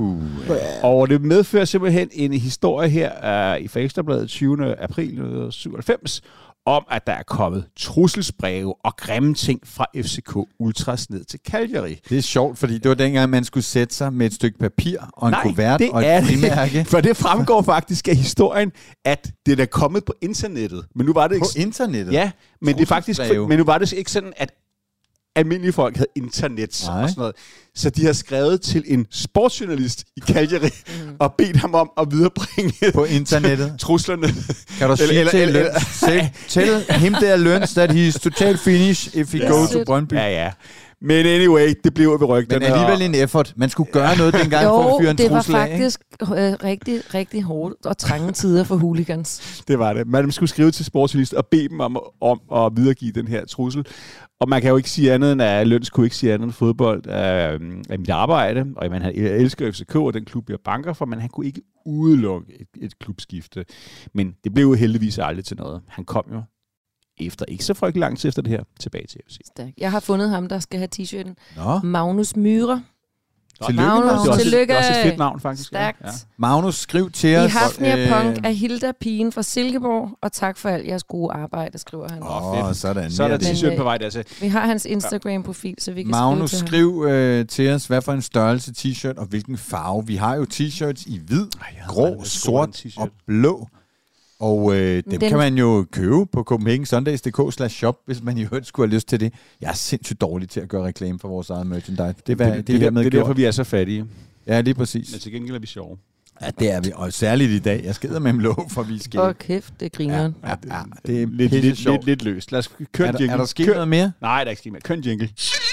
Og det medfører simpelthen en historie her i Ekstrabladet 20. april 1997, om at der er kommet trusselsbreve og grimme ting fra FCK Ultras ned til Cagliari. Det er sjovt, fordi det var dengang, man skulle sætte sig med et stykke papir og en kuvert og et frimærke. For det fremgår faktisk af historien, at det er kommet på internettet. Men nu var det ikke på internettet? Ja, men det er faktisk, men nu var det ikke sådan, at almindelige folk havde internet og sådan noget. Så de har skrevet til en sportsjournalist i Cagliari og bedt ham om at viderebringe på internettet truslerne. Kan du sige tell him there learns that he's total finish if he goes to Brøndby. Ja. Men anyway, det blev ved rygterne. Men alligevel en effort. Man skulle gøre noget dengang for at fyre en trussel af. Jo, det var faktisk rigtig hårdt og trange tider for hooligans. Det var det. Man skulle skrive til sportsjournalist og bede dem om at videregive den her trussel. Og man kan jo ikke sige andet end, at Løns kunne ikke sige andet end fodbold af mit arbejde. Og han elsker FCK og den klub, jeg banker for, men han kunne ikke udelukke et klubskifte. Men det blev jo heldigvis aldrig til noget. Han kom jo efter ikke så frygtelig lang tid efter det her tilbage til FC. Jeg har fundet ham, der skal have t-shirten. Magnus Myhre. Tillykke. Det er også et fedt navn, faktisk. Stærkt. Ja. Magnus, skriv til os. I Hafnia-punk af Hilda Pigen fra Silkeborg, og tak for alt jeres gode arbejde, skriver han. Sådan. Så er der t-shirt på vej der til. Vi har hans Instagram-profil, så vi kan Magnus, skrive til os, hvad for en størrelse t-shirt og hvilken farve. Vi har jo t-shirts i hvid, grå, sort og blå. Og dem kan man jo købe på CopenhagenSundays.dk/shop, hvis man jo skulle have lyst til det. Jeg er sindssygt dårlig til at gøre reklame for vores eget merchandise. Det er derfor, vi er så fattige. Ja, lige præcis. Men til gengæld er vi sjove. Ja, det er vi. Og særligt i dag. Jeg skider med en lov, for vi skal... Åh, kæft, det griner. Ja, det er lidt løst. Lad os køre en jingle. Er der sket noget mere? Nej, der er ikke sket mere. Kør en jingle.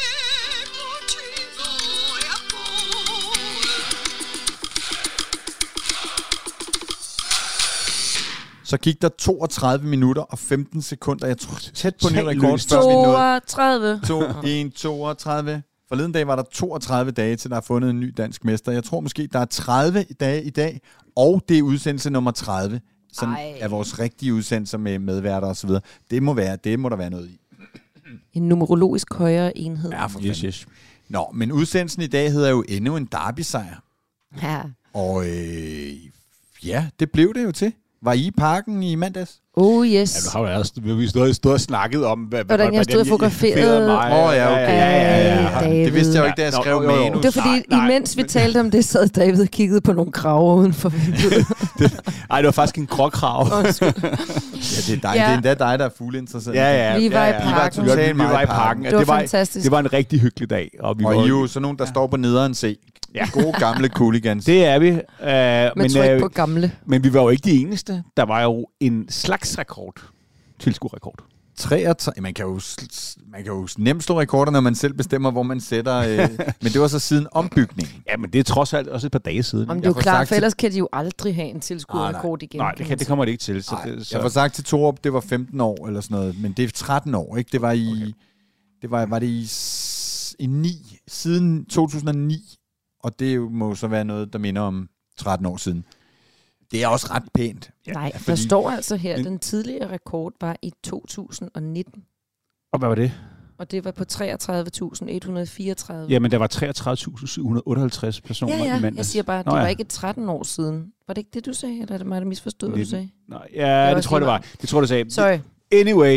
Så gik der 32 minutter og 15 sekunder. Jeg tror tæt på ny rekord. 32. 32. Forleden dag var der 32 dage, til der er fundet en ny dansk mester. Jeg tror måske, der er 30 dage i dag, og det er udsendelse nummer 30. Sådan er vores rigtige udsendelser med medværter og så videre. Det må der være noget i. En numerologisk højere enhed. Ja, for yes. Nå, men udsendelsen i dag hedder jo endnu en derby-sejr. Ja. Og ja, det blev det jo til. Var I parken i mandags? Oh yes. Ja, vi stod og snakket om, hvordan jeg stod og fotograferede mig. Ja. Det vidste jeg jo ikke, da jeg skrev manus. Det var fordi, imens vi talte om det, sad David og kiggede på nogle kraver uden for vinduet. Nej, det var faktisk en gråkrav. Det er endda dig, der er fuldinteressant. Ja. Vi var i parken. Det var fantastisk. Det var en rigtig hyggelig dag. Og I er jo sådan nogen, der står på nederen se. Ja. Gode gamle cooligans. Det er vi. Med tryk på gamle. Men vi var jo ikke de eneste. Der var jo en slags rekord. Tilskuerrekord. 33. Man kan jo nemt slå rekorder, når man selv bestemmer, hvor man sætter. Men det var så siden ombygningen. Ja, men det er trods alt også et par dage siden. Om det er jo klart, for ellers kan de jo aldrig have en tilskuerrekord igen. Nej, det kommer det ikke til. Så jeg får sagt til Torup, det var 15 år eller sådan noget. Men det er 13 år, ikke? Det var i... Okay. Var det i 9, siden 2009. Og det må så være noget, der minder om 13 år siden. Det er også ret pænt. Nej, der står altså her, den tidligere rekord var i 2019. Og hvad var det? Og det var på 33.134. Jamen, der var 33.758 personer i mandags. Jeg siger bare, det var ikke 13 år siden. Var det ikke det, du sagde? Eller er det mig, der misforstod, hvad du sagde? Nej, ja, det tror jeg, det var. Det tror jeg, du sagde. Sorry. Anyway,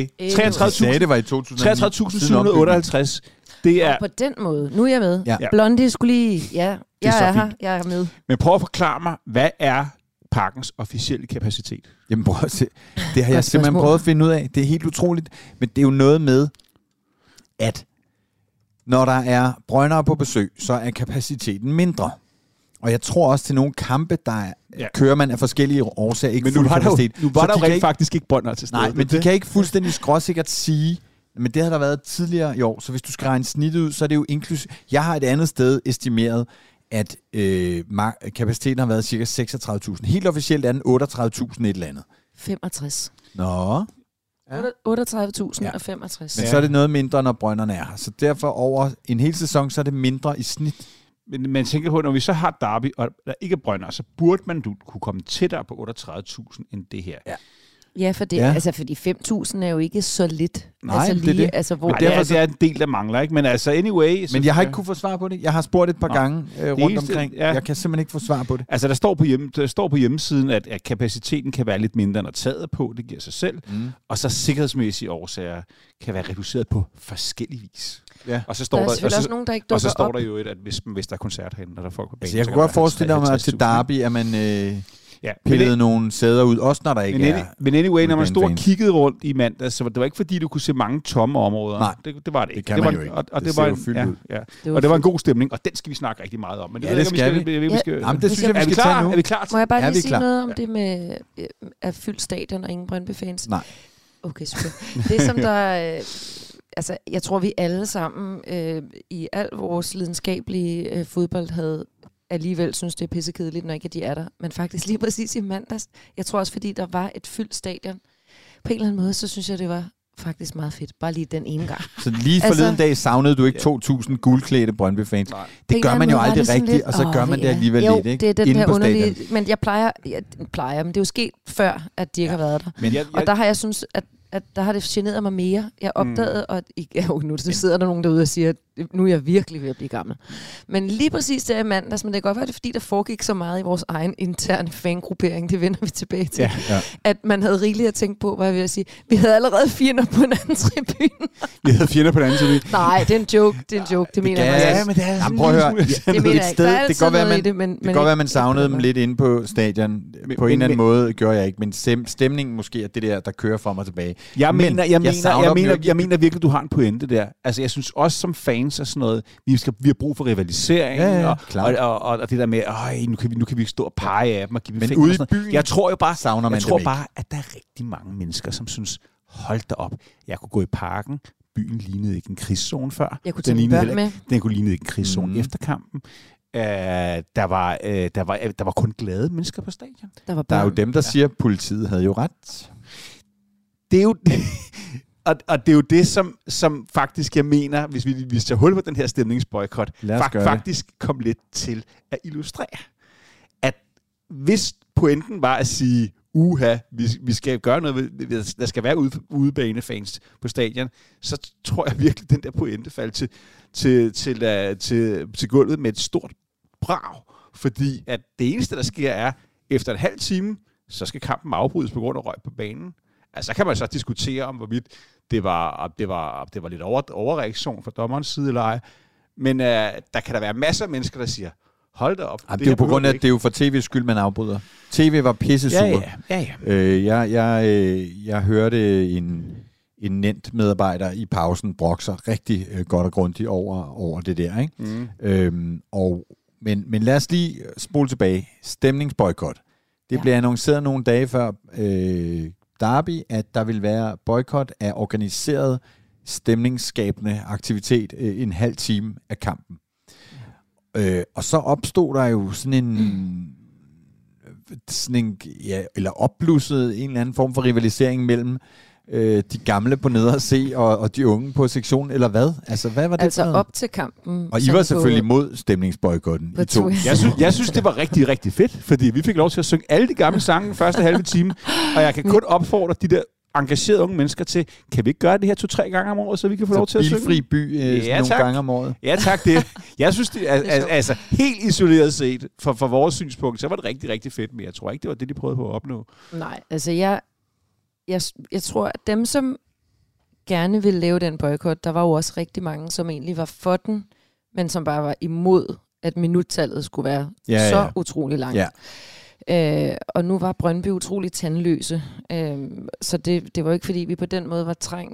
33.758. Det er... på den måde. Nu er jeg med. Ja. Blondie skulle lige... Ja, jeg er her. Jeg er med. Men prøv at forklare mig, hvad er parkens officielle kapacitet? Jamen prøv at se. Det har jeg simpelthen prøvet at finde ud af. Det er helt utroligt. Men det er jo noget med, at når der er brøndere på besøg, så er kapaciteten mindre. Og jeg tror også til nogle kampe, der kører man af forskellige årsager ikke fuld kapacitet. Nu var der jo rent faktisk ikke brøndere til stede. Nej, men de kan ikke fuldstændig skråsikkert sige... Men det har der været tidligere i år, så hvis du skal regne snittet ud, så er det jo inklusiv. Jeg har et andet sted estimeret, at kapaciteten har været cirka 36.000. Helt officielt er den 38.000 et eller andet. 65. Nå. Ja. 38.000 og 65. Men så er det noget mindre, når Brønderne er her. Så derfor over en hel sæson, så er det mindre i snit. Men man tænker på, når vi så har Derby, og der ikke er Brøndere, så burde man kunne komme tættere på 38.000 end det her. Ja, for det, altså fordi 5.000 er jo ikke så lidt. Nej, altså lige, det er det. Altså, hvor det er en del, der mangler, ikke? Men altså, anyway... Men jeg har ikke kunne få svar på det. Jeg har spurgt et par gange rundt omkring. Ja. Jeg kan simpelthen ikke få svar på det. Altså, der står på hjemmesiden, at kapaciteten kan være lidt mindre, når taget på. Det giver sig selv. Og så sikkerhedsmæssige årsager kan være reduceret på forskellige vis. Ja. Og så står der er selvfølgelig også nogen, der ikke dukker op. Og så står der jo at hvis der er koncert herinde, når der er folk på banen. Altså, jeg kunne godt forestille mig, at til Derby, at man... pillede nogle sæder ud, også når der ikke er... Men anyway, når man stod og kiggede rundt i mandag, så det var ikke fordi, du kunne se mange tomme områder. Nej, det var det ikke. Det kan man jo ikke. Og det var fyldt ud. Ja. Og det var en god stemning, og den skal vi snakke rigtig meget om. Men det skal vi. Jamen, det synes jeg, vi skal tage nu. Er vi klar? Må jeg bare lige sige noget om det med at fyldt stadion og ingen Brøndby-fans? Nej. Okay, super. Det som der... Altså, jeg tror, vi alle sammen i al vores lidenskabelige fodbold havde alligevel synes, det er pissekedeligt, når ikke de er der. Men faktisk lige præcis i mandags, jeg tror også, fordi der var et fyldt stadion, på en eller anden måde, så synes jeg, det var faktisk meget fedt. Bare lige den ene gang. Så lige forleden dag savnede du ikke 2.000 guldklædte Brøndby-fans? Det gør man jo aldrig rigtigt, og så gør man det alligevel lidt, ikke? Det er den her underlige... Men jeg plejer, men det er jo sket før, at de ikke har været der. Men og der har jeg synes, at der har det generet mig mere. Jeg opdagede, og nu sidder der nogen derude og siger, at nu er jeg virkelig ved at blive gammel. Men lige præcis der i mandags, men det kan godt være, det er, fordi der foregik så meget i vores egen interne fangruppering, det vender vi tilbage til, at man havde rigeligt at tænke på, hvad jeg vil sige. Vi havde allerede fjender på en anden tribune. Vi havde fjender på en anden tribune. Nej, det er en joke. Det mener jeg. Ja, men det er sådan prøv at høre. Det mener jeg ikke. Der er altid noget i det, men... Det kan godt være, at man savnede dem lidt inde på stadion. På en eller anden måde gjorde jeg ikke, men stemningen måske er det der kører for mig tilbage. Jeg mener virkelig, du har en pointe der. Altså, jeg synes også som fans og sådan noget, vi har brug for rivalisering, og det der med, nu kan vi ikke stå og pege af dem og give dem fingre. Men ude i byen jeg tror bare, at der er rigtig mange mennesker, som synes, hold da op, jeg kunne gå i parken, byen lignede ikke en krigszone før. Jeg kunne tage børn med. Den kunne lignede ikke en krigszone efter kampen. Der var kun glade mennesker på stadion. Der er jo dem, der siger, at politiet havde jo ret. Det er jo og det er jo det, som faktisk, jeg mener, hvis vi tager hul på den her stemningsboykot, faktisk kom lidt til at illustrere, at hvis pointen var at sige, vi skal gøre noget, der skal være udebanefans på stadion, så tror jeg virkelig, den der pointe faldt til gulvet med et stort brag, fordi at det eneste, der sker, er, efter en halv time, så skal kampen afbrydes på grund af røg på banen. Altså, så kan man så diskutere om, hvorvidt det var lidt overreaktion fra dommerens side eller ej. Men der kan der være masser af mennesker, der siger, hold da op. Det er jo på grund af, at det er jo for tv's skyld, man afbryder. TV var pissesur. Ja. Jeg hørte en nemt medarbejder i pausen brokke sig rigtig godt og grundigt over det der, ikke? Men lad os lige spole tilbage. Stemningsboykot. Det blev annonceret nogle dage før Derby, at der vil være boykot af organiseret stemningsskabende aktivitet en halv time af kampen. Og så opstod der jo sådan en eller opblusset en eller anden form for rivalisering mellem de gamle på neder C og de unge på sektionen, eller hvad? Altså, hvad var det? Altså op til kampen. Og I var selvfølgelig mod stemningsboykotten i to. Jeg synes, det var rigtig, rigtig fedt, fordi vi fik lov til at synge alle de gamle sange første halve time, og jeg kan kun opfordre de der engagerede unge mennesker til, kan vi ikke gøre det her 2-3 gange om året, så vi kan få lov til at synge? Bilfri by nogle gange om året. Ja, tak. Jeg synes, det altså helt isoleret set, for vores synspunkt, så var det rigtig, rigtig fedt, men jeg tror ikke, det var det, de prøvede på at opnå. Nej, altså jeg tror, at dem, som gerne ville lave den boykot, der var jo også rigtig mange, som egentlig var for den, men som bare var imod, at minuttallet skulle være så utrolig langt. Ja. Og nu var Brøndby utrolig tandløse, så det var ikke, fordi vi på den måde var trængte,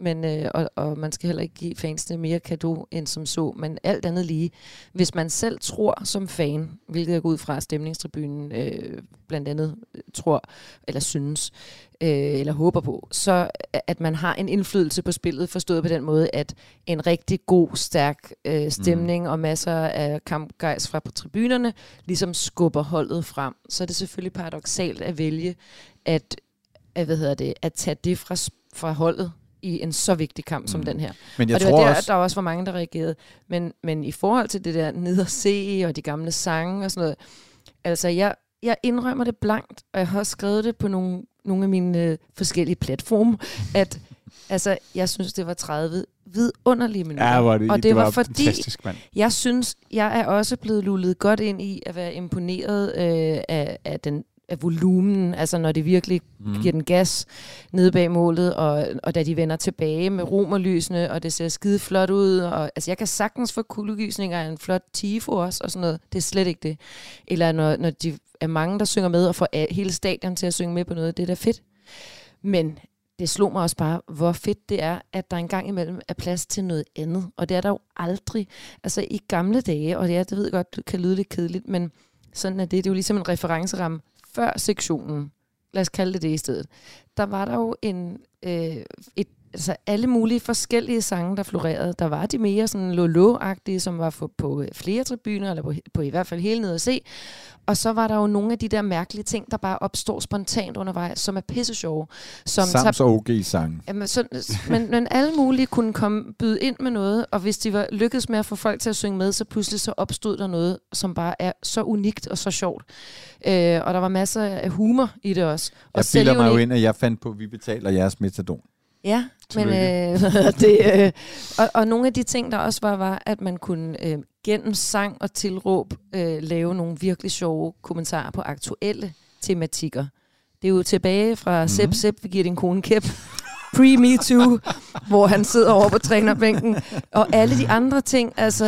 og man skal heller ikke give fansene mere cadeau end som så, men alt andet lige. Hvis man selv tror som fan, hvilket jeg går ud fra stemningstribunen blandt andet tror, eller synes, eller håber på, så at man har en indflydelse på spillet, forstået på den måde, at en rigtig god, stærk stemning og masser af kampgejst fra på tribunerne ligesom skubber holdet frem. Så er det selvfølgelig paradoksalt at vælge at tage det fra holdet i en så vigtig kamp som den her. Men jeg og det tror var der, også... der også var mange, der reagerede. Men i forhold til det der ned og se, og de gamle sange og sådan noget, altså jeg indrømmer det blankt, og jeg har også skrevet det på nogle af mine forskellige platforme, at altså, jeg synes, det var 30 vidunderlige minutter. Ja, og det var fordi, fantastisk, mand. Jeg synes, jeg er også blevet lullet godt ind i at være imponeret af volumen, altså når de virkelig giver den gas nede bag målet, og da de vender tilbage med romerlysene, og det ser skide flot ud, og altså jeg kan sagtens få kuldegysninger af en flot tifo også, og sådan noget. Det er slet ikke det. Eller når de er mange, der synger med, og får hele stadion til at synge med på noget, det er da fedt. Men det slog mig også bare, hvor fedt det er, at der engang imellem er plads til noget andet. Og det er der jo aldrig. Altså i gamle dage, og det ved jeg godt, det kan lyde lidt kedeligt, men sådan er det. Det er jo ligesom en referenceramme før sektionen. Lad os kalde det i stedet. Der var der jo altså alle mulige forskellige sange, der florerede. Der var de mere sådan lolo-agtige, som var på flere tribuner, eller på i hvert fald hele ned at se. Og så var der jo nogle af de der mærkelige ting, der bare opstår spontant undervejs, som er pisse sjove. Sams og OG-sange. Men alle mulige kunne byde ind med noget, og hvis de var lykkedes med at få folk til at synge med, så pludselig så opstod der noget, som bare er så unikt og så sjovt. Og der var masser af humor i det også. Jeg bilder mig jo ind, at jeg fandt på, at vi betaler jeres metadon. Ja, men og nogle af de ting, der også var at man kunne gennem sang og tilråb lave nogle virkelig sjove kommentarer på aktuelle tematikker. Det er jo tilbage fra Sepp, vi giver din kone kæp, pre-MeToo, hvor han sidder over på trænerbænken, og alle de andre ting, altså,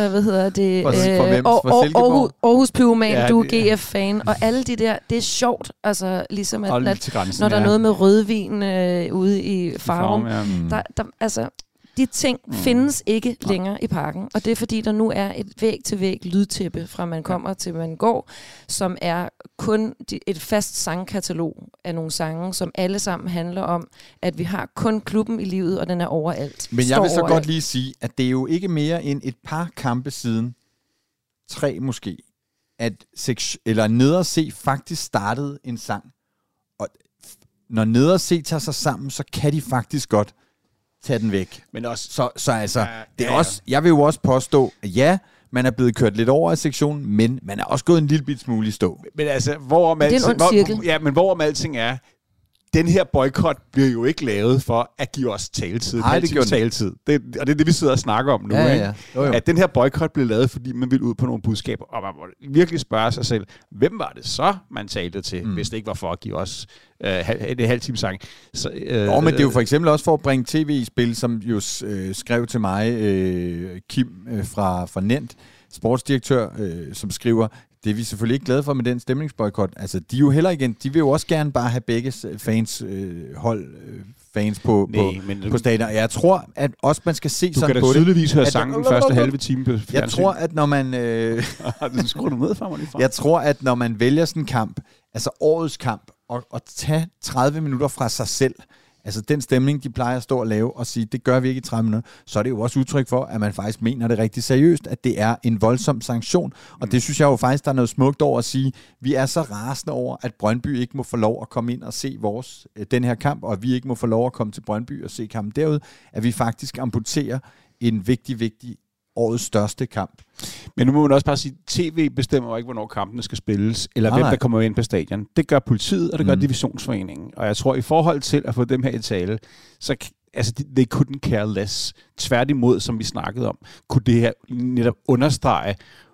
Aarhus Pyroman, ja, du er GF-fan, og alle de der, det er sjovt, altså, ligesom at når der er noget med rødvin ude i Farum, altså, de ting findes ikke længere i Parken, og det er fordi, der nu er et væg-til-væg lydtæppe, fra man kommer til man går, som er kun et fast sangkatalog af nogle sange, som alle sammen handler om, at vi har kun klubben i livet, og den er overalt. Men jeg vil så godt lige sige, at det er jo ikke mere end et par kampe siden, 3 måske, at Neder C faktisk startede en sang. Og når Neder C tager sig sammen, så kan de faktisk godt tage den væk. Men også, så altså, det er også, jeg vil jo også påstå, at ja, man er blevet kørt lidt over af sektionen, men man er også gået en lille bit smule i stå. Men altså, hvorom alting er, den her boykot bliver jo ikke lavet for at give os taletid. Nej, det gjorde taletid. Og det er det, vi sidder og snakker om nu. Ja, ikke? Ja. Jo. At den her boykot blev lavet, fordi man ville ud på nogle budskaber, og man må virkelig spørge sig selv, hvem var det så, man talte til, hvis det ikke var for at give os det halv time sang. Men det er jo for eksempel også for at bringe tv i spil, som jo skrev til mig, Kim fra Nent, sportsdirektør, som skriver, det er vi selvfølgelig ikke glade for med den stemningsboykot. Altså, de er jo heller igen, de vil jo også gerne bare have begge fans, fans på stadion. Jeg tror, at også man skal se sådan på det. Du kan da tydeligvis høre sangen den første halve time på fjernsyn. Jeg tror, at når man... skruer du ned for mig lige fra. Jeg tror, at når man vælger sådan en kamp, altså årets kamp, og tage 30 minutter fra sig selv, altså den stemning, de plejer at stå og lave og sige, det gør vi ikke i 30 minutter, så er det jo også udtryk for, at man faktisk mener det rigtig seriøst, at det er en voldsom sanktion. Og det synes jeg jo faktisk, der er noget smukt over at sige, vi er så rasende over, at Brøndby ikke må få lov at komme ind og se den her kamp, og vi ikke må få lov at komme til Brøndby og se kampen derude, at vi faktisk amputerer en vigtig årets største kamp. Men nu må man også bare sige, TV bestemmer jo ikke, hvornår kampene skal spilles, eller hvem der kommer ind på stadion. Det gør politiet, og det gør divisionsforeningen. Og jeg tror, i forhold til at få dem her i tale, så altså, they couldn't care less. Tværtimod, som vi snakkede om, kunne det her netop understrege,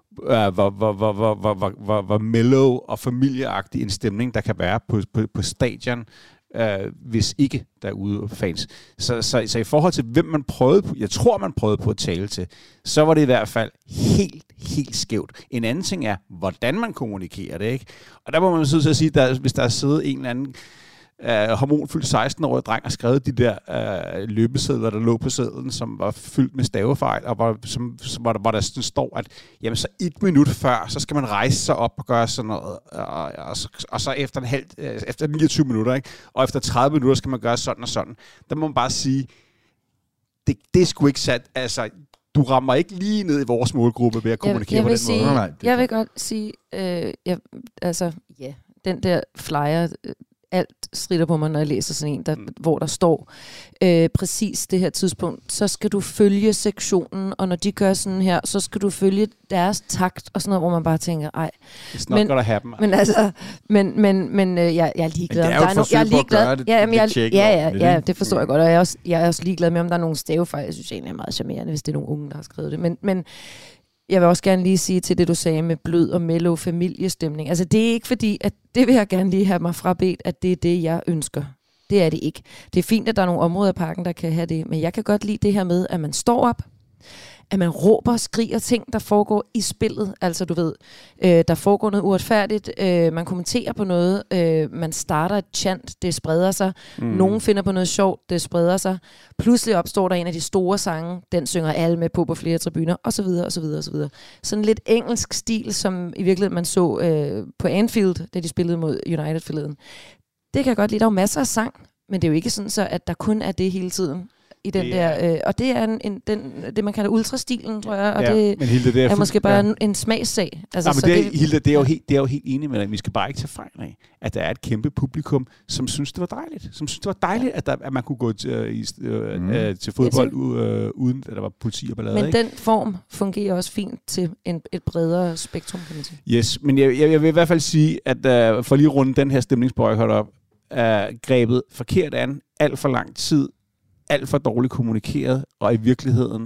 hvor mellow og familieagtig en stemning, der kan være på stadion, hvis ikke der er ude fans. Så i forhold til, hvem man prøvede på, jeg tror, man prøvede på at tale til, så var det i hvert fald helt skævt. En anden ting er, hvordan man kommunikerer det, ikke? Og der må man så sige, at hvis der er siddet en eller anden hormonfyldt 16-årig dreng, har skrevet de der løbesedler, der lå på sedlen, som var fyldt med stavefejl, og hvor der sådan står, at jamen, så 1 minut før, så skal man rejse sig op og gøre sådan noget, og så efter 29 minutter, ikke? Og efter 30 minutter skal man gøre sådan og sådan. Der må man bare sige, det er sgu ikke sat, altså, du rammer ikke lige ned i vores målgruppe ved at kommunikere på den måde. Jeg vil godt sige, den der flyer, alt strider på mig, når jeg læser sådan en, hvor der står præcis det her tidspunkt, så skal du følge sektionen, og når de gør sådan her, så skal du følge deres takt, og sådan noget, hvor man bare tænker, ej. It's not gonna happen. Men jeg er ligeglad. Men det er jo et forsøg på at gøre det. Ja, det forstår jeg godt, og jeg er også ligeglad med, om der er nogle stavefejl. Jeg synes egentlig er meget charmerende, hvis det er nogle unge, der har skrevet det. Men jeg vil også gerne lige sige til det, du sagde med blød og mellow familiestemning. Altså, det er ikke fordi, at det vil jeg gerne lige have mig frabedt, at det er det, jeg ønsker. Det er det ikke. Det er fint, at der er nogle områder af parken, der kan have det, men jeg kan godt lide det her med, at man står op, at man råber og skriger ting, der foregår i spillet. Altså, du ved, der foregår noget uretfærdigt, man kommenterer på noget, man starter et chant, det spreder sig, nogen finder på noget sjovt, det spreder sig. Pludselig opstår der en af de store sange, den synger alle med på flere tribuner, osv., osv., osv. Sådan lidt engelsk stil, som i virkeligheden man så på Anfield, da de spillede mod United forleden. Det kan jeg godt lide. Der er jo masser af sang, men det er jo ikke sådan så, at der kun er det hele tiden. I den der, og det er det man kalder ultrastilen, tror jeg, og det men Hilde, det er måske bare en smagssag. Altså, men Hilde, det er jo helt enig med dig. Vi skal bare ikke tage fejl af, at der er et kæmpe publikum, som synes, det var dejligt. Som synes, det var dejligt, at man kunne gå til fodbold, uden at der var politi og ballade. Men den form fungerer også fint til et bredere spektrum, kan man sige. Yes, men jeg vil i hvert fald sige, at for lige at runde den her stemningsboykot op, er grebet forkert an, alt for lang tid, alt for dårligt kommunikeret, og i virkeligheden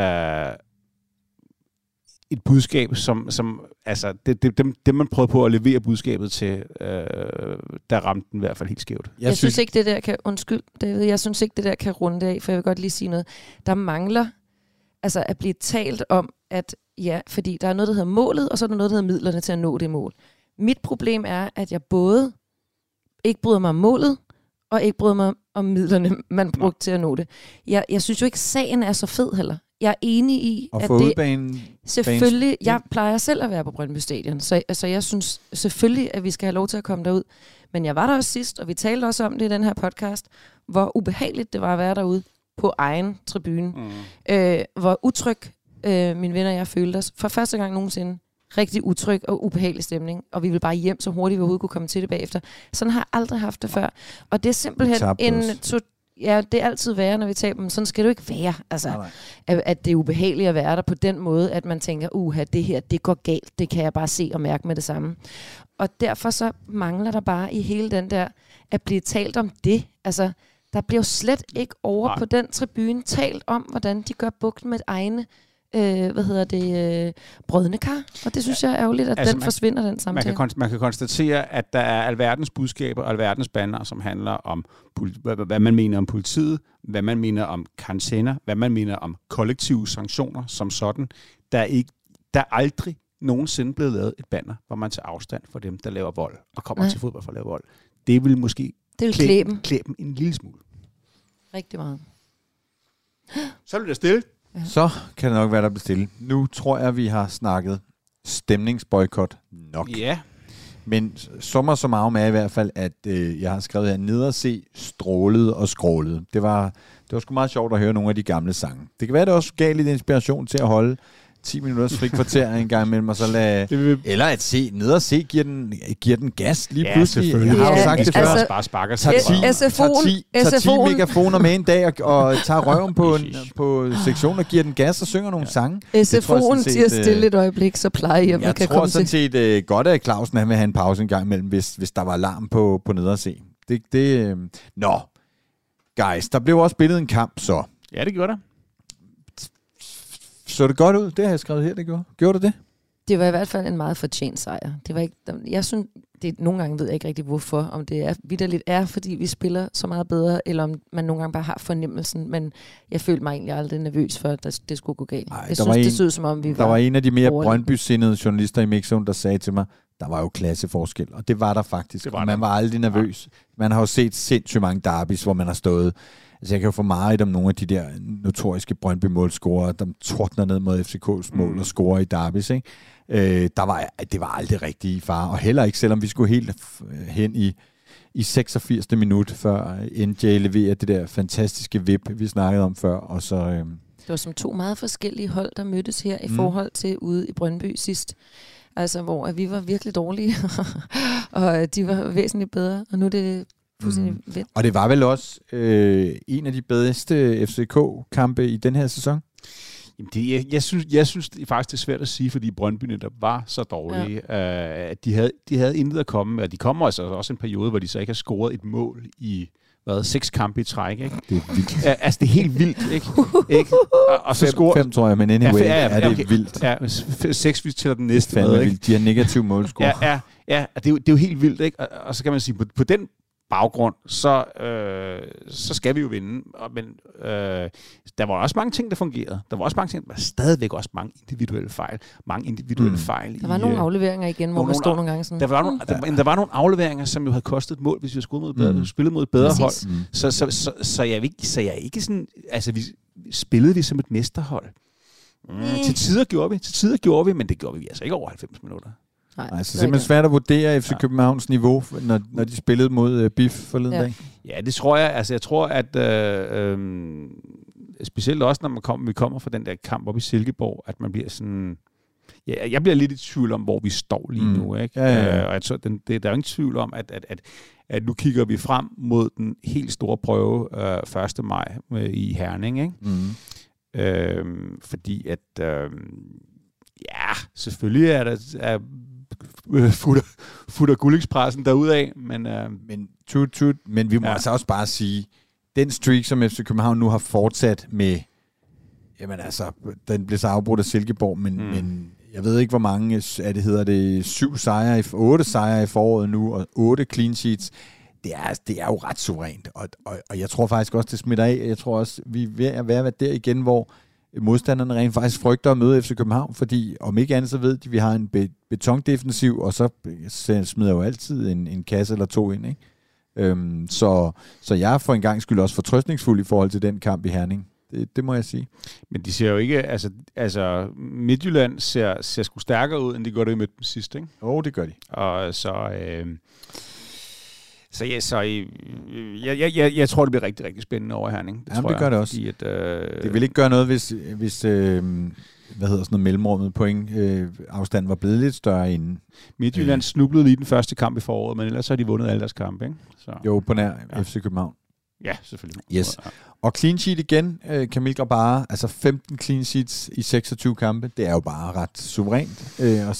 et budskab, som altså, det man prøvede på at levere budskabet til, der ramte den i hvert fald helt skævt. Jeg synes ikke, det der kan, undskyld David, jeg synes ikke, det der kan runde af, for jeg vil godt lige sige noget. Der mangler altså at blive talt om, at ja, fordi der er noget, der hedder målet, og så er der noget, der hedder midlerne til at nå det mål. Mit problem er, at jeg både ikke bryder mig om målet, og ikke bryder mig om midlerne, man brugte til at nå det. Jeg synes jo ikke, sagen er så fed heller. Jeg er enig i, at det selvfølgelig, jeg plejer selv at være på Brøndby Stadion, så jeg synes selvfølgelig, at vi skal have lov til at komme derud. Men jeg var der også sidst, og vi talte også om det i den her podcast, hvor ubehageligt det var at være derude på egen tribune. Hvor utryg mine venner og jeg følte os for første gang nogensinde. Rigtig utryg og ubehagelig stemning, og vi vil bare hjem så hurtigt vi overhovedet kunne komme til det bagefter. Sådan har jeg aldrig haft det før. Og det er simpelthen det er altid værre, når vi taber dem. Sådan skal det jo ikke være. Altså, at det er ubehageligt at være der på den måde, at man tænker, det her, det går galt. Det kan jeg bare se og mærke med det samme. Og derfor så mangler der bare i hele den der, at blive talt om det. Altså, der bliver jo slet ikke over på den tribune talt om, hvordan de gør bugt med egne brødne kar, og det synes jeg er ærgerligt, at den forsvinder, den samtale. Man kan konstatere, at der er alverdens budskaber og alverdens banner, som handler om, hvad man mener om politiet, hvad man mener om karantæner, hvad man mener om kollektive sanktioner som sådan. Der er aldrig nogensinde blevet lavet et banner, hvor man tager afstand for dem, der laver vold, og kommer til fodbold for at lave vold. Det vil måske klæbe dem en lille smule. Rigtig meget. Så bliver det stille. Så kan det nok være, der bliver stille. Nu tror jeg, vi har snakket stemningsboykot nok. Ja. Men summa summarum er i hvert fald, at jeg har skrevet her, ned og se strålede og skrålede. Det var sgu meget sjovt at høre nogle af de gamle sange. Det kan være, det også gav lidt inspiration til at holde 10 minutters frikvarter en gang imellem, og så eller at se, ned og se, giver den gas lige pludselig. Selvfølgelig. Jeg har jo sagt det før. Bare sparker tager 10 megafoner med en dag, og tager røven på sektionen og giver den gas og synger nogle sange. SFO'en siger stille et øjeblik, så plejer jeg kan komme til. Jeg tror sådan set godt, at Clausen vil have en pause en gang imellem, hvis der var larm på ned og se. Nå, guys, der blev også spillet en kamp, så. Ja, det gjorde der. Så det godt ud? Det har jeg skrevet her, det gjorde. Gjorde det det? Det var i hvert fald en meget fortjent sejr. Det var ikke, jeg synes, nogle gange ved jeg ikke rigtig hvorfor, om det er vitterligt fordi vi spiller så meget bedre, eller om man nogle gange bare har fornemmelsen, men jeg følte mig egentlig aldrig nervøs for, at det skulle gå galt. Jeg synes, det så ud som om, vi der var en af de mere Brøndby-sindede journalister i Mixzone, der sagde til mig, der var jo klasseforskel, og det var der faktisk. Det var man var aldrig nervøs. Man har jo set sindssygt mange derbys, hvor man har stået. Altså jeg kan jo få meget om nogle af de der notoriske Brøndby-målscorer, der tordner ned mod FCK's mål og scorer i derbys, ikke? Det var aldrig rigtig i fare, og heller ikke, selvom vi skulle helt hen i 86. minut, før NJ leverer det der fantastiske vip, vi snakkede om før, og så... Det var som 2 meget forskellige hold, der mødtes her i forhold til ude i Brøndby sidst. Altså, hvor vi var virkelig dårlige, og de var væsentligt bedre, og nu er det fuldstændig vendt. Og det var vel også en af de bedste FCK-kampe i den her sæson? Jamen jeg synes det faktisk, det er svært at sige, fordi Brøndby netop var så dårlige. Ja. De havde intet at komme med, og de kommer altså også en periode, hvor de så ikke har scoret et mål i 6 kampe i træk, ikke? Det er vildt. Altså, det er helt vildt, ikke? Og så scorer 5, tror jeg, men anyway, er det vildt. Ja, 6, hvis tæller den næste med, ikke? De har negativ målscore. Ja, det er jo helt vildt, ikke? Og så kan man sige, på den baggrund, så skal vi jo vinde. Men der var også mange ting, der fungerede. Der var også mange ting, der var stadigvæk også mange individuelle fejl. Der var nogle afleveringer igen, hvor man stod nogle gange sådan. Der var nogle afleveringer, som jo havde kostet et mål, hvis vi havde spillet mod et bedre hold. Så jeg er ikke sådan... Altså, vi spillede som et mesterhold. Til tider gjorde vi, men det gjorde vi altså ikke over 90 minutter. Nej, så simpelthen svært at vurdere FC Københavns niveau, når de spillede mod BIF forleden dag. Ja, det tror jeg. Altså, jeg tror, at specielt også, når vi kommer fra den der kamp op i Silkeborg, at man bliver sådan... Ja, jeg bliver lidt i tvivl om, hvor vi står lige nu. Ikke? Ja. Og jeg tror, der er jo ingen tvivl om, at nu kigger vi frem mod den helt store prøve 1. maj i Herning. Ikke? Fordi at... selvfølgelig er der... futter Gullikspressen derudad, men vi må altså også bare sige, den streak, som FC København nu har fortsat med, jamen altså, den blev så afbrudt af Silkeborg, men jeg ved ikke, hvor mange, 8 sejre i foråret nu, og 8 clean sheets. Det er jo ret suverænt, og jeg tror faktisk også, det smitter af. Jeg tror også, vi er ved at være der igen, hvor modstanderne rent faktisk frygter at møde FC København, fordi om ikke andet, så ved de, at vi har en betondefensiv, og så smider jo altid en kasse eller 2 ind. Ikke? Så jeg er for en gang skyld også fortrøstningsfuld i forhold til den kamp i Herning. Det må jeg sige. Men de ser jo ikke... Altså Midtjylland ser sgu stærkere ud, end de gjorde det med dem sidst, ikke? Det gør de. Og så... Jeg tror, det bliver rigtig, rigtig spændende over Herning. Det gør det også. Fordi det vil ikke gøre noget, hvis mellemrummet point afstand var blevet lidt større inden. Midtjylland snublede lige den første kamp i foråret, men ellers har de vundet alle deres kampe, ikke? Så. Jo, på nær FC København. Ja, selvfølgelig. Yes. Og clean sheet igen, Kamil Grabara, altså 15 clean sheets i 26 kampe, det er jo bare ret suverænt. Og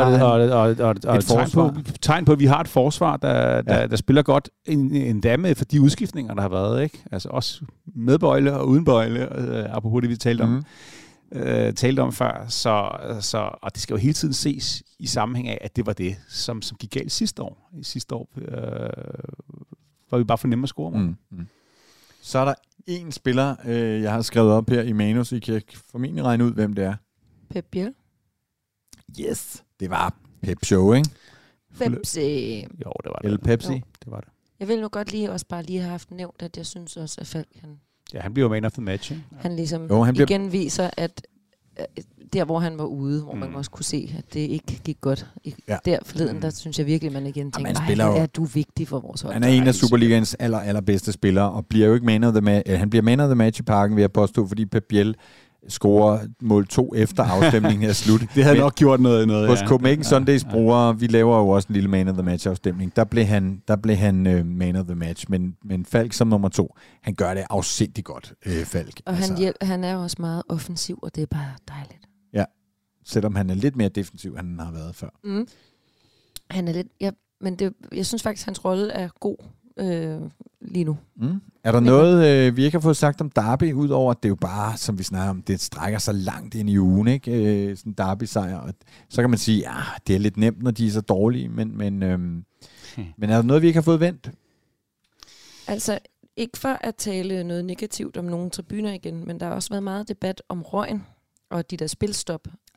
tegn på, at vi har et forsvar, der spiller godt endda med for de udskiftninger, der har været, ikke? Altså også med bøjle og uden bøjle, apropos det, vi talte om før. Og det skal jo hele tiden ses i sammenhæng af, at det var det, som gik galt sidste år. Sidste år var vi bare for nemme at score. Så er der en spiller, jeg har skrevet op her i manus. I kan formentlig regne ud, hvem det er. Pep Biel. Yes, det var Pep Show, ikke? Pepsi. Jo, det var det. Eller Pepsi. Jo, det var det. Jeg vil nu godt lige have haft nævnt, at jeg synes også, at Falk, han bliver jo man of the match, ikke? Han ligesom igen viser, at der, hvor han var ude, hvor man også kunne se, at det ikke gik godt. Der forleden, der synes jeg virkelig, man igen tænker, er du vigtig for vores hold. Han er en af Superligaens allerbedste spillere, og bliver jo ikke man of the match. Han bliver man of the match i Parken, vil jeg påstå, fordi Pep Biel scorer mål 2 efter afstemningen er slut. Det havde nok gjort noget. Hos Copenhagen Sundays brugere, vi laver jo også en lille man of the match afstemning. Der blev han man of the match, men Falk som nummer 2, han gør det afsindigt godt, Falk. Og han er også meget offensiv, og det er bare dejligt. Ja, selvom han er lidt mere defensiv, end han har været før. Han er lidt, men jeg synes faktisk, hans rolle er god lige nu. Er der noget, vi ikke har fået sagt om Derby, udover at det er jo bare, som vi snakker om, det strækker så langt ind i ugen, ikke? Sådan en Derby-sejr. Og så kan man sige, ja, det er lidt nemt, når de er så dårlige, men er der noget, vi ikke har fået vendt? Altså, ikke for at tale noget negativt om nogle tribuner igen, men der har også været meget debat om røgen og de der spilstop.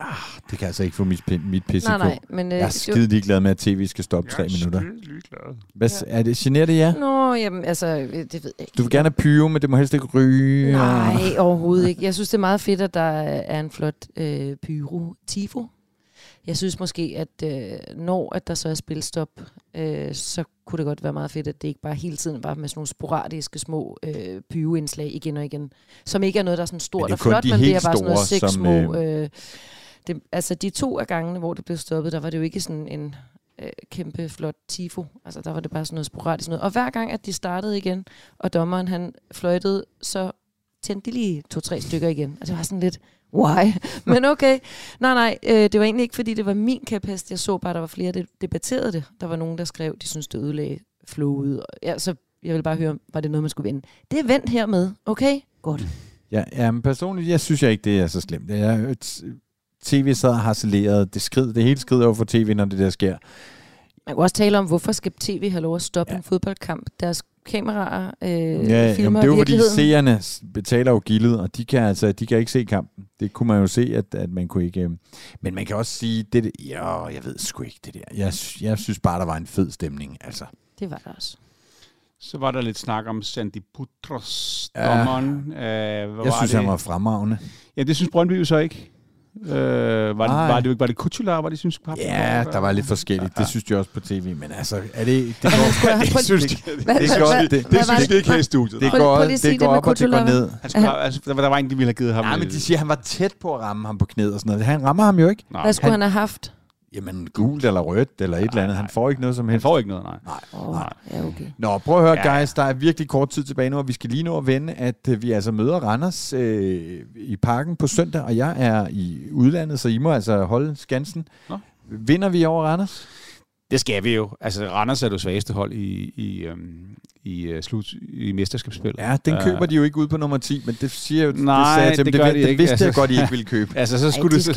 Det kan altså ikke få mit pisse Nej, men... jeg er skide ligeglad med, at tv skal stoppe 3 minutter. Jeg er skide ligeglad. Er det generer det jer? Nå, jamen, altså, det ved jeg ikke. Du vil gerne have pyro, men det må helst ikke ryge. Nej, overhovedet ikke. Jeg synes, det er meget fedt, at der er en flot pyro-tifo. Jeg synes måske, at når at der så er spilstop, så kunne det godt være meget fedt, at det ikke bare hele tiden var med sådan nogle sporadiske små pyroindslag igen og igen. Som ikke er noget, der er sådan stort og flot, men det er bare sådan noget 6 små... altså de 2 af gangene, hvor det blev stoppet, der var det jo ikke sådan en kæmpe flot tifo. Altså der var det bare sådan noget sporadisk noget. Og hver gang, at de startede igen, og dommeren han fløjtede, så tændte de lige 2-3 stykker igen. Og det var sådan lidt... Why? Men okay. Nej, det var egentlig ikke, fordi det var min kæphest. Jeg så bare, der var flere, der debatterede det. Der var nogen, der skrev, de synes det ødelagde flowet. Ja, så jeg vil bare høre, var det noget, man skulle vinde. Det er vendt hermed. Okay? Godt. Ja, men personligt, jeg synes ikke, det er så slemt. TV sad og harceleret. Det hele skrider over for tv, når det der sker. Man kan også tale om, hvorfor skal tv have lov at stoppe en fodboldkamp? Deres kameraer filmer det er jo fordi virkeligheden. seerne betaler jo gildet, og de kan ikke se kampen. Det kunne man jo se, at man kunne ikke... Men man kan også sige, jeg ved sgu ikke det der. Jeg synes bare, der var en fed stemning. Altså. Det var der også. Så var der lidt snak om Sandy Putros, dommeren. Jeg synes, han var fremragende. Ja, det synes Brøndby jo så ikke. Var det Kutula, var det synes du? Ja, der var lidt forskelligt. Det synes jeg også på tv, men altså er det går det synes de ikke her i studiet. Det går op og det går ned. Der var ingen, de ville have givet ham. Ja, men de siger, at han var tæt på at ramme ham på knæet og sådan noget. Han rammer ham jo ikke. Hvad skulle han have haft? Jamen, gult eller rødt eller et eller andet. Han får ikke noget som helst. Han får ikke noget, nej. Ja, okay. Nå, prøv at høre, guys. Der er virkelig kort tid tilbage nu, og vi skal lige nå at vende, at vi altså møder Randers i Parken på søndag, og jeg er i udlandet, så I må altså holde skansen. Nå. Vinder vi over Randers? Det skal vi jo. Altså, Randers er det svageste hold i mesterskabsspillet. Ja, den køber de jo ikke ud på nummer 10, men det siger jo... Nej, det gør de ikke. Det vidste jeg godt, I ikke ville købe. Altså, så skulle det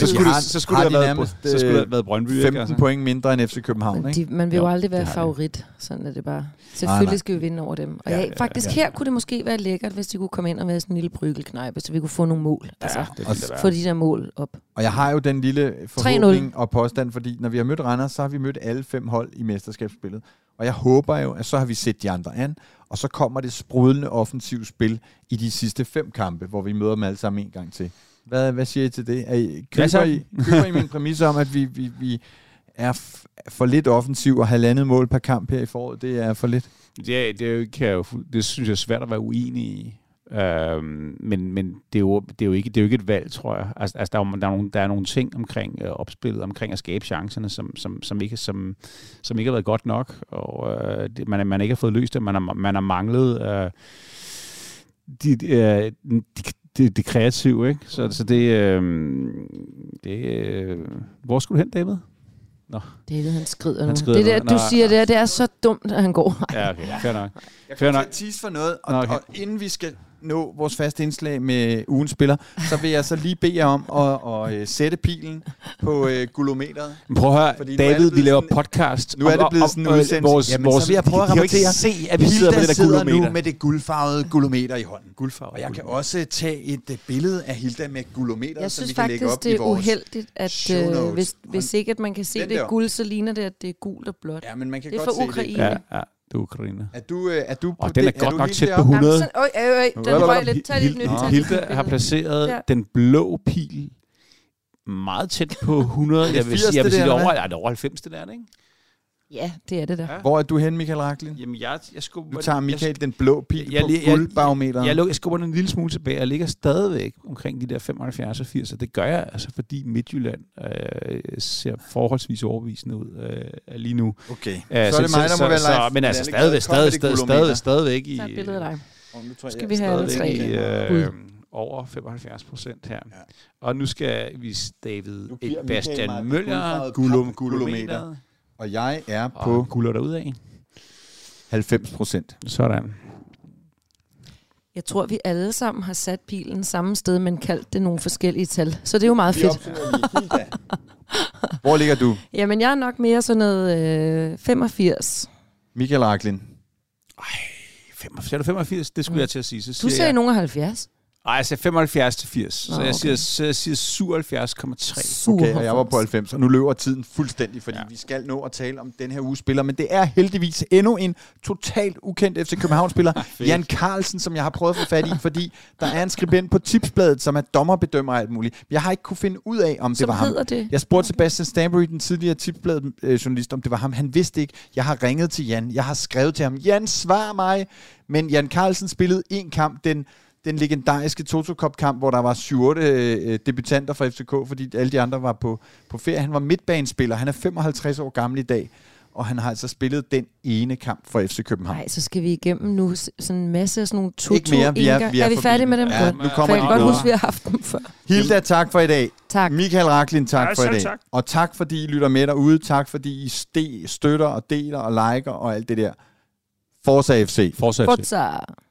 have været Brøndby. 15 point mindre end FC København, ikke? Man vil jo aldrig være favorit, sådan er det bare. Selvfølgelig skal vi vinde over dem. Og faktisk her kunne det måske være lækkert, hvis de kunne komme ind og være sådan en lille bryggelknejpe, så vi kunne få nogle mål. Altså, få de der mål op. Og jeg har jo den lille forhåbning og påstand, fordi når vi har mødt Randers, så har vi mødt alle 5 hold i mesterskabsspillet. Og jeg håber jo, at så har vi set de andre an, og så kommer det sprudlende offensivt spil i de sidste 5 kampe, hvor vi møder dem alle sammen en gang til. Hvad siger I til det? Køber I min præmis om, at vi er for lidt offensiv og 1,5 mål per kamp her i foråret? Det er for lidt. Ja, det synes jeg er svært at være uenig i. Men det er jo ikke et valg, tror jeg. Altså der er nogle ting omkring opspillet, omkring at skabe chancerne, som ikke har været godt nok, og man ikke har fået løst det. Man har manglet det kreative, ikke? Så hvor skulle du hen, David? Nå. David, han skrider nu. Det der, du siger det er så dumt, at han går. Ja, okay. Fair nok. Jeg kan til tease for noget, og inden vi skal nå vores faste indslag med ugens spiller, så vil jeg så lige bede jer om at sætte pilen på gulometeret. Prøv at høre, David, vi laver podcast. Nu er det blevet sådan en udsendelse. Så vil jeg prøve at rapportere. Se, at vi sidder med det der gulometer. Hilda sidder nu med det guldfarvede gulometer i hånden. Og jeg kan også tage et billede af Hilda med gulometeret, som vi kan lægge op i vores. Jeg synes faktisk, det er uheldigt, at hvis ikke at man kan se det er guld, så ligner det, at det er gult og blåt. Ja, men man kan det er godt for Ukraine. Ja. Det er Ukraine. Er du på den er godt nok tæt på 100. Den røg lidt. Tag lidt nyt. Hilda har placeret den blå pil meget tæt på 100. Jeg vil sige, det er over 90, det der, ikke? Ja, det er det der. Ja. Hvor er du hen, Michael Rachlin? Jamen, jeg skubber... Du tager Michael den blå pil på guldbarometeren. Jeg skubber den en lille smule tilbage. Jeg ligger stadigvæk omkring de der 75 og 80, og det gør jeg, altså, fordi Midtjylland ser forholdsvis overbevisende ud lige nu. Okay, så er det mig, der må være live. Men altså stadigvæk i... Så er et billede af dig. Skal vi have alle 3 over 75% her. Ja. Og nu skal vi David Bastian Møller gulometer. Og jeg er på... Guller derud af? 90%. Sådan. Jeg tror, vi alle sammen har sat pilen samme sted, men kaldt det nogle forskellige tal. Så det er jo meget fedt. Hvor ligger du? Jamen, jeg er nok mere sådan noget 85. Michael Rachlin. Ej, 85. Det skulle jeg til at sige. Så du sagde nogen af 70. Nej, jeg siger 75-80, så jeg siger 77,3. Okay, og jeg var på 90, og nu løber tiden fuldstændig, fordi vi skal nå at tale om den her uges spiller, men det er heldigvis endnu en totalt ukendt FC København-spiller, Jan Carlsen, som jeg har prøvet at få fat i, fordi der er en skribent på Tipsbladet, som er dommerbedømmer og alt muligt. Jeg har ikke kunne finde ud af, om det var ham. Det. Jeg spurgte Sebastian Stanbury, den tidligere Tipsbladet-journalist, om det var ham. Han vidste ikke. Jeg har ringet til Jan. Jeg har skrevet til ham. Jan, svar mig. Men Jan Carlsen spillede en kamp, den legendariske Toto Cup-kamp, hvor der var 7-8 debutanter fra FCK, fordi alle de andre var på ferie. Han var midtbanespiller. Han er 55 år gammel i dag, og han har altså spillet den ene kamp for FC København. Nej, så skal vi igennem nu sådan en masse af sådan nogle Toto. Ikke mere, vi er vi færdige med dem? Ja, nu kommer for jeg kan godt huske, vi har haft dem før. Hilda, tak for i dag. Tak. Michael Raklin, tak for i dag. Tak. Og tak fordi I lytter med derude. Tak fordi I støtter og deler og liker og alt det der. Forza FC. Forza FC. Forza.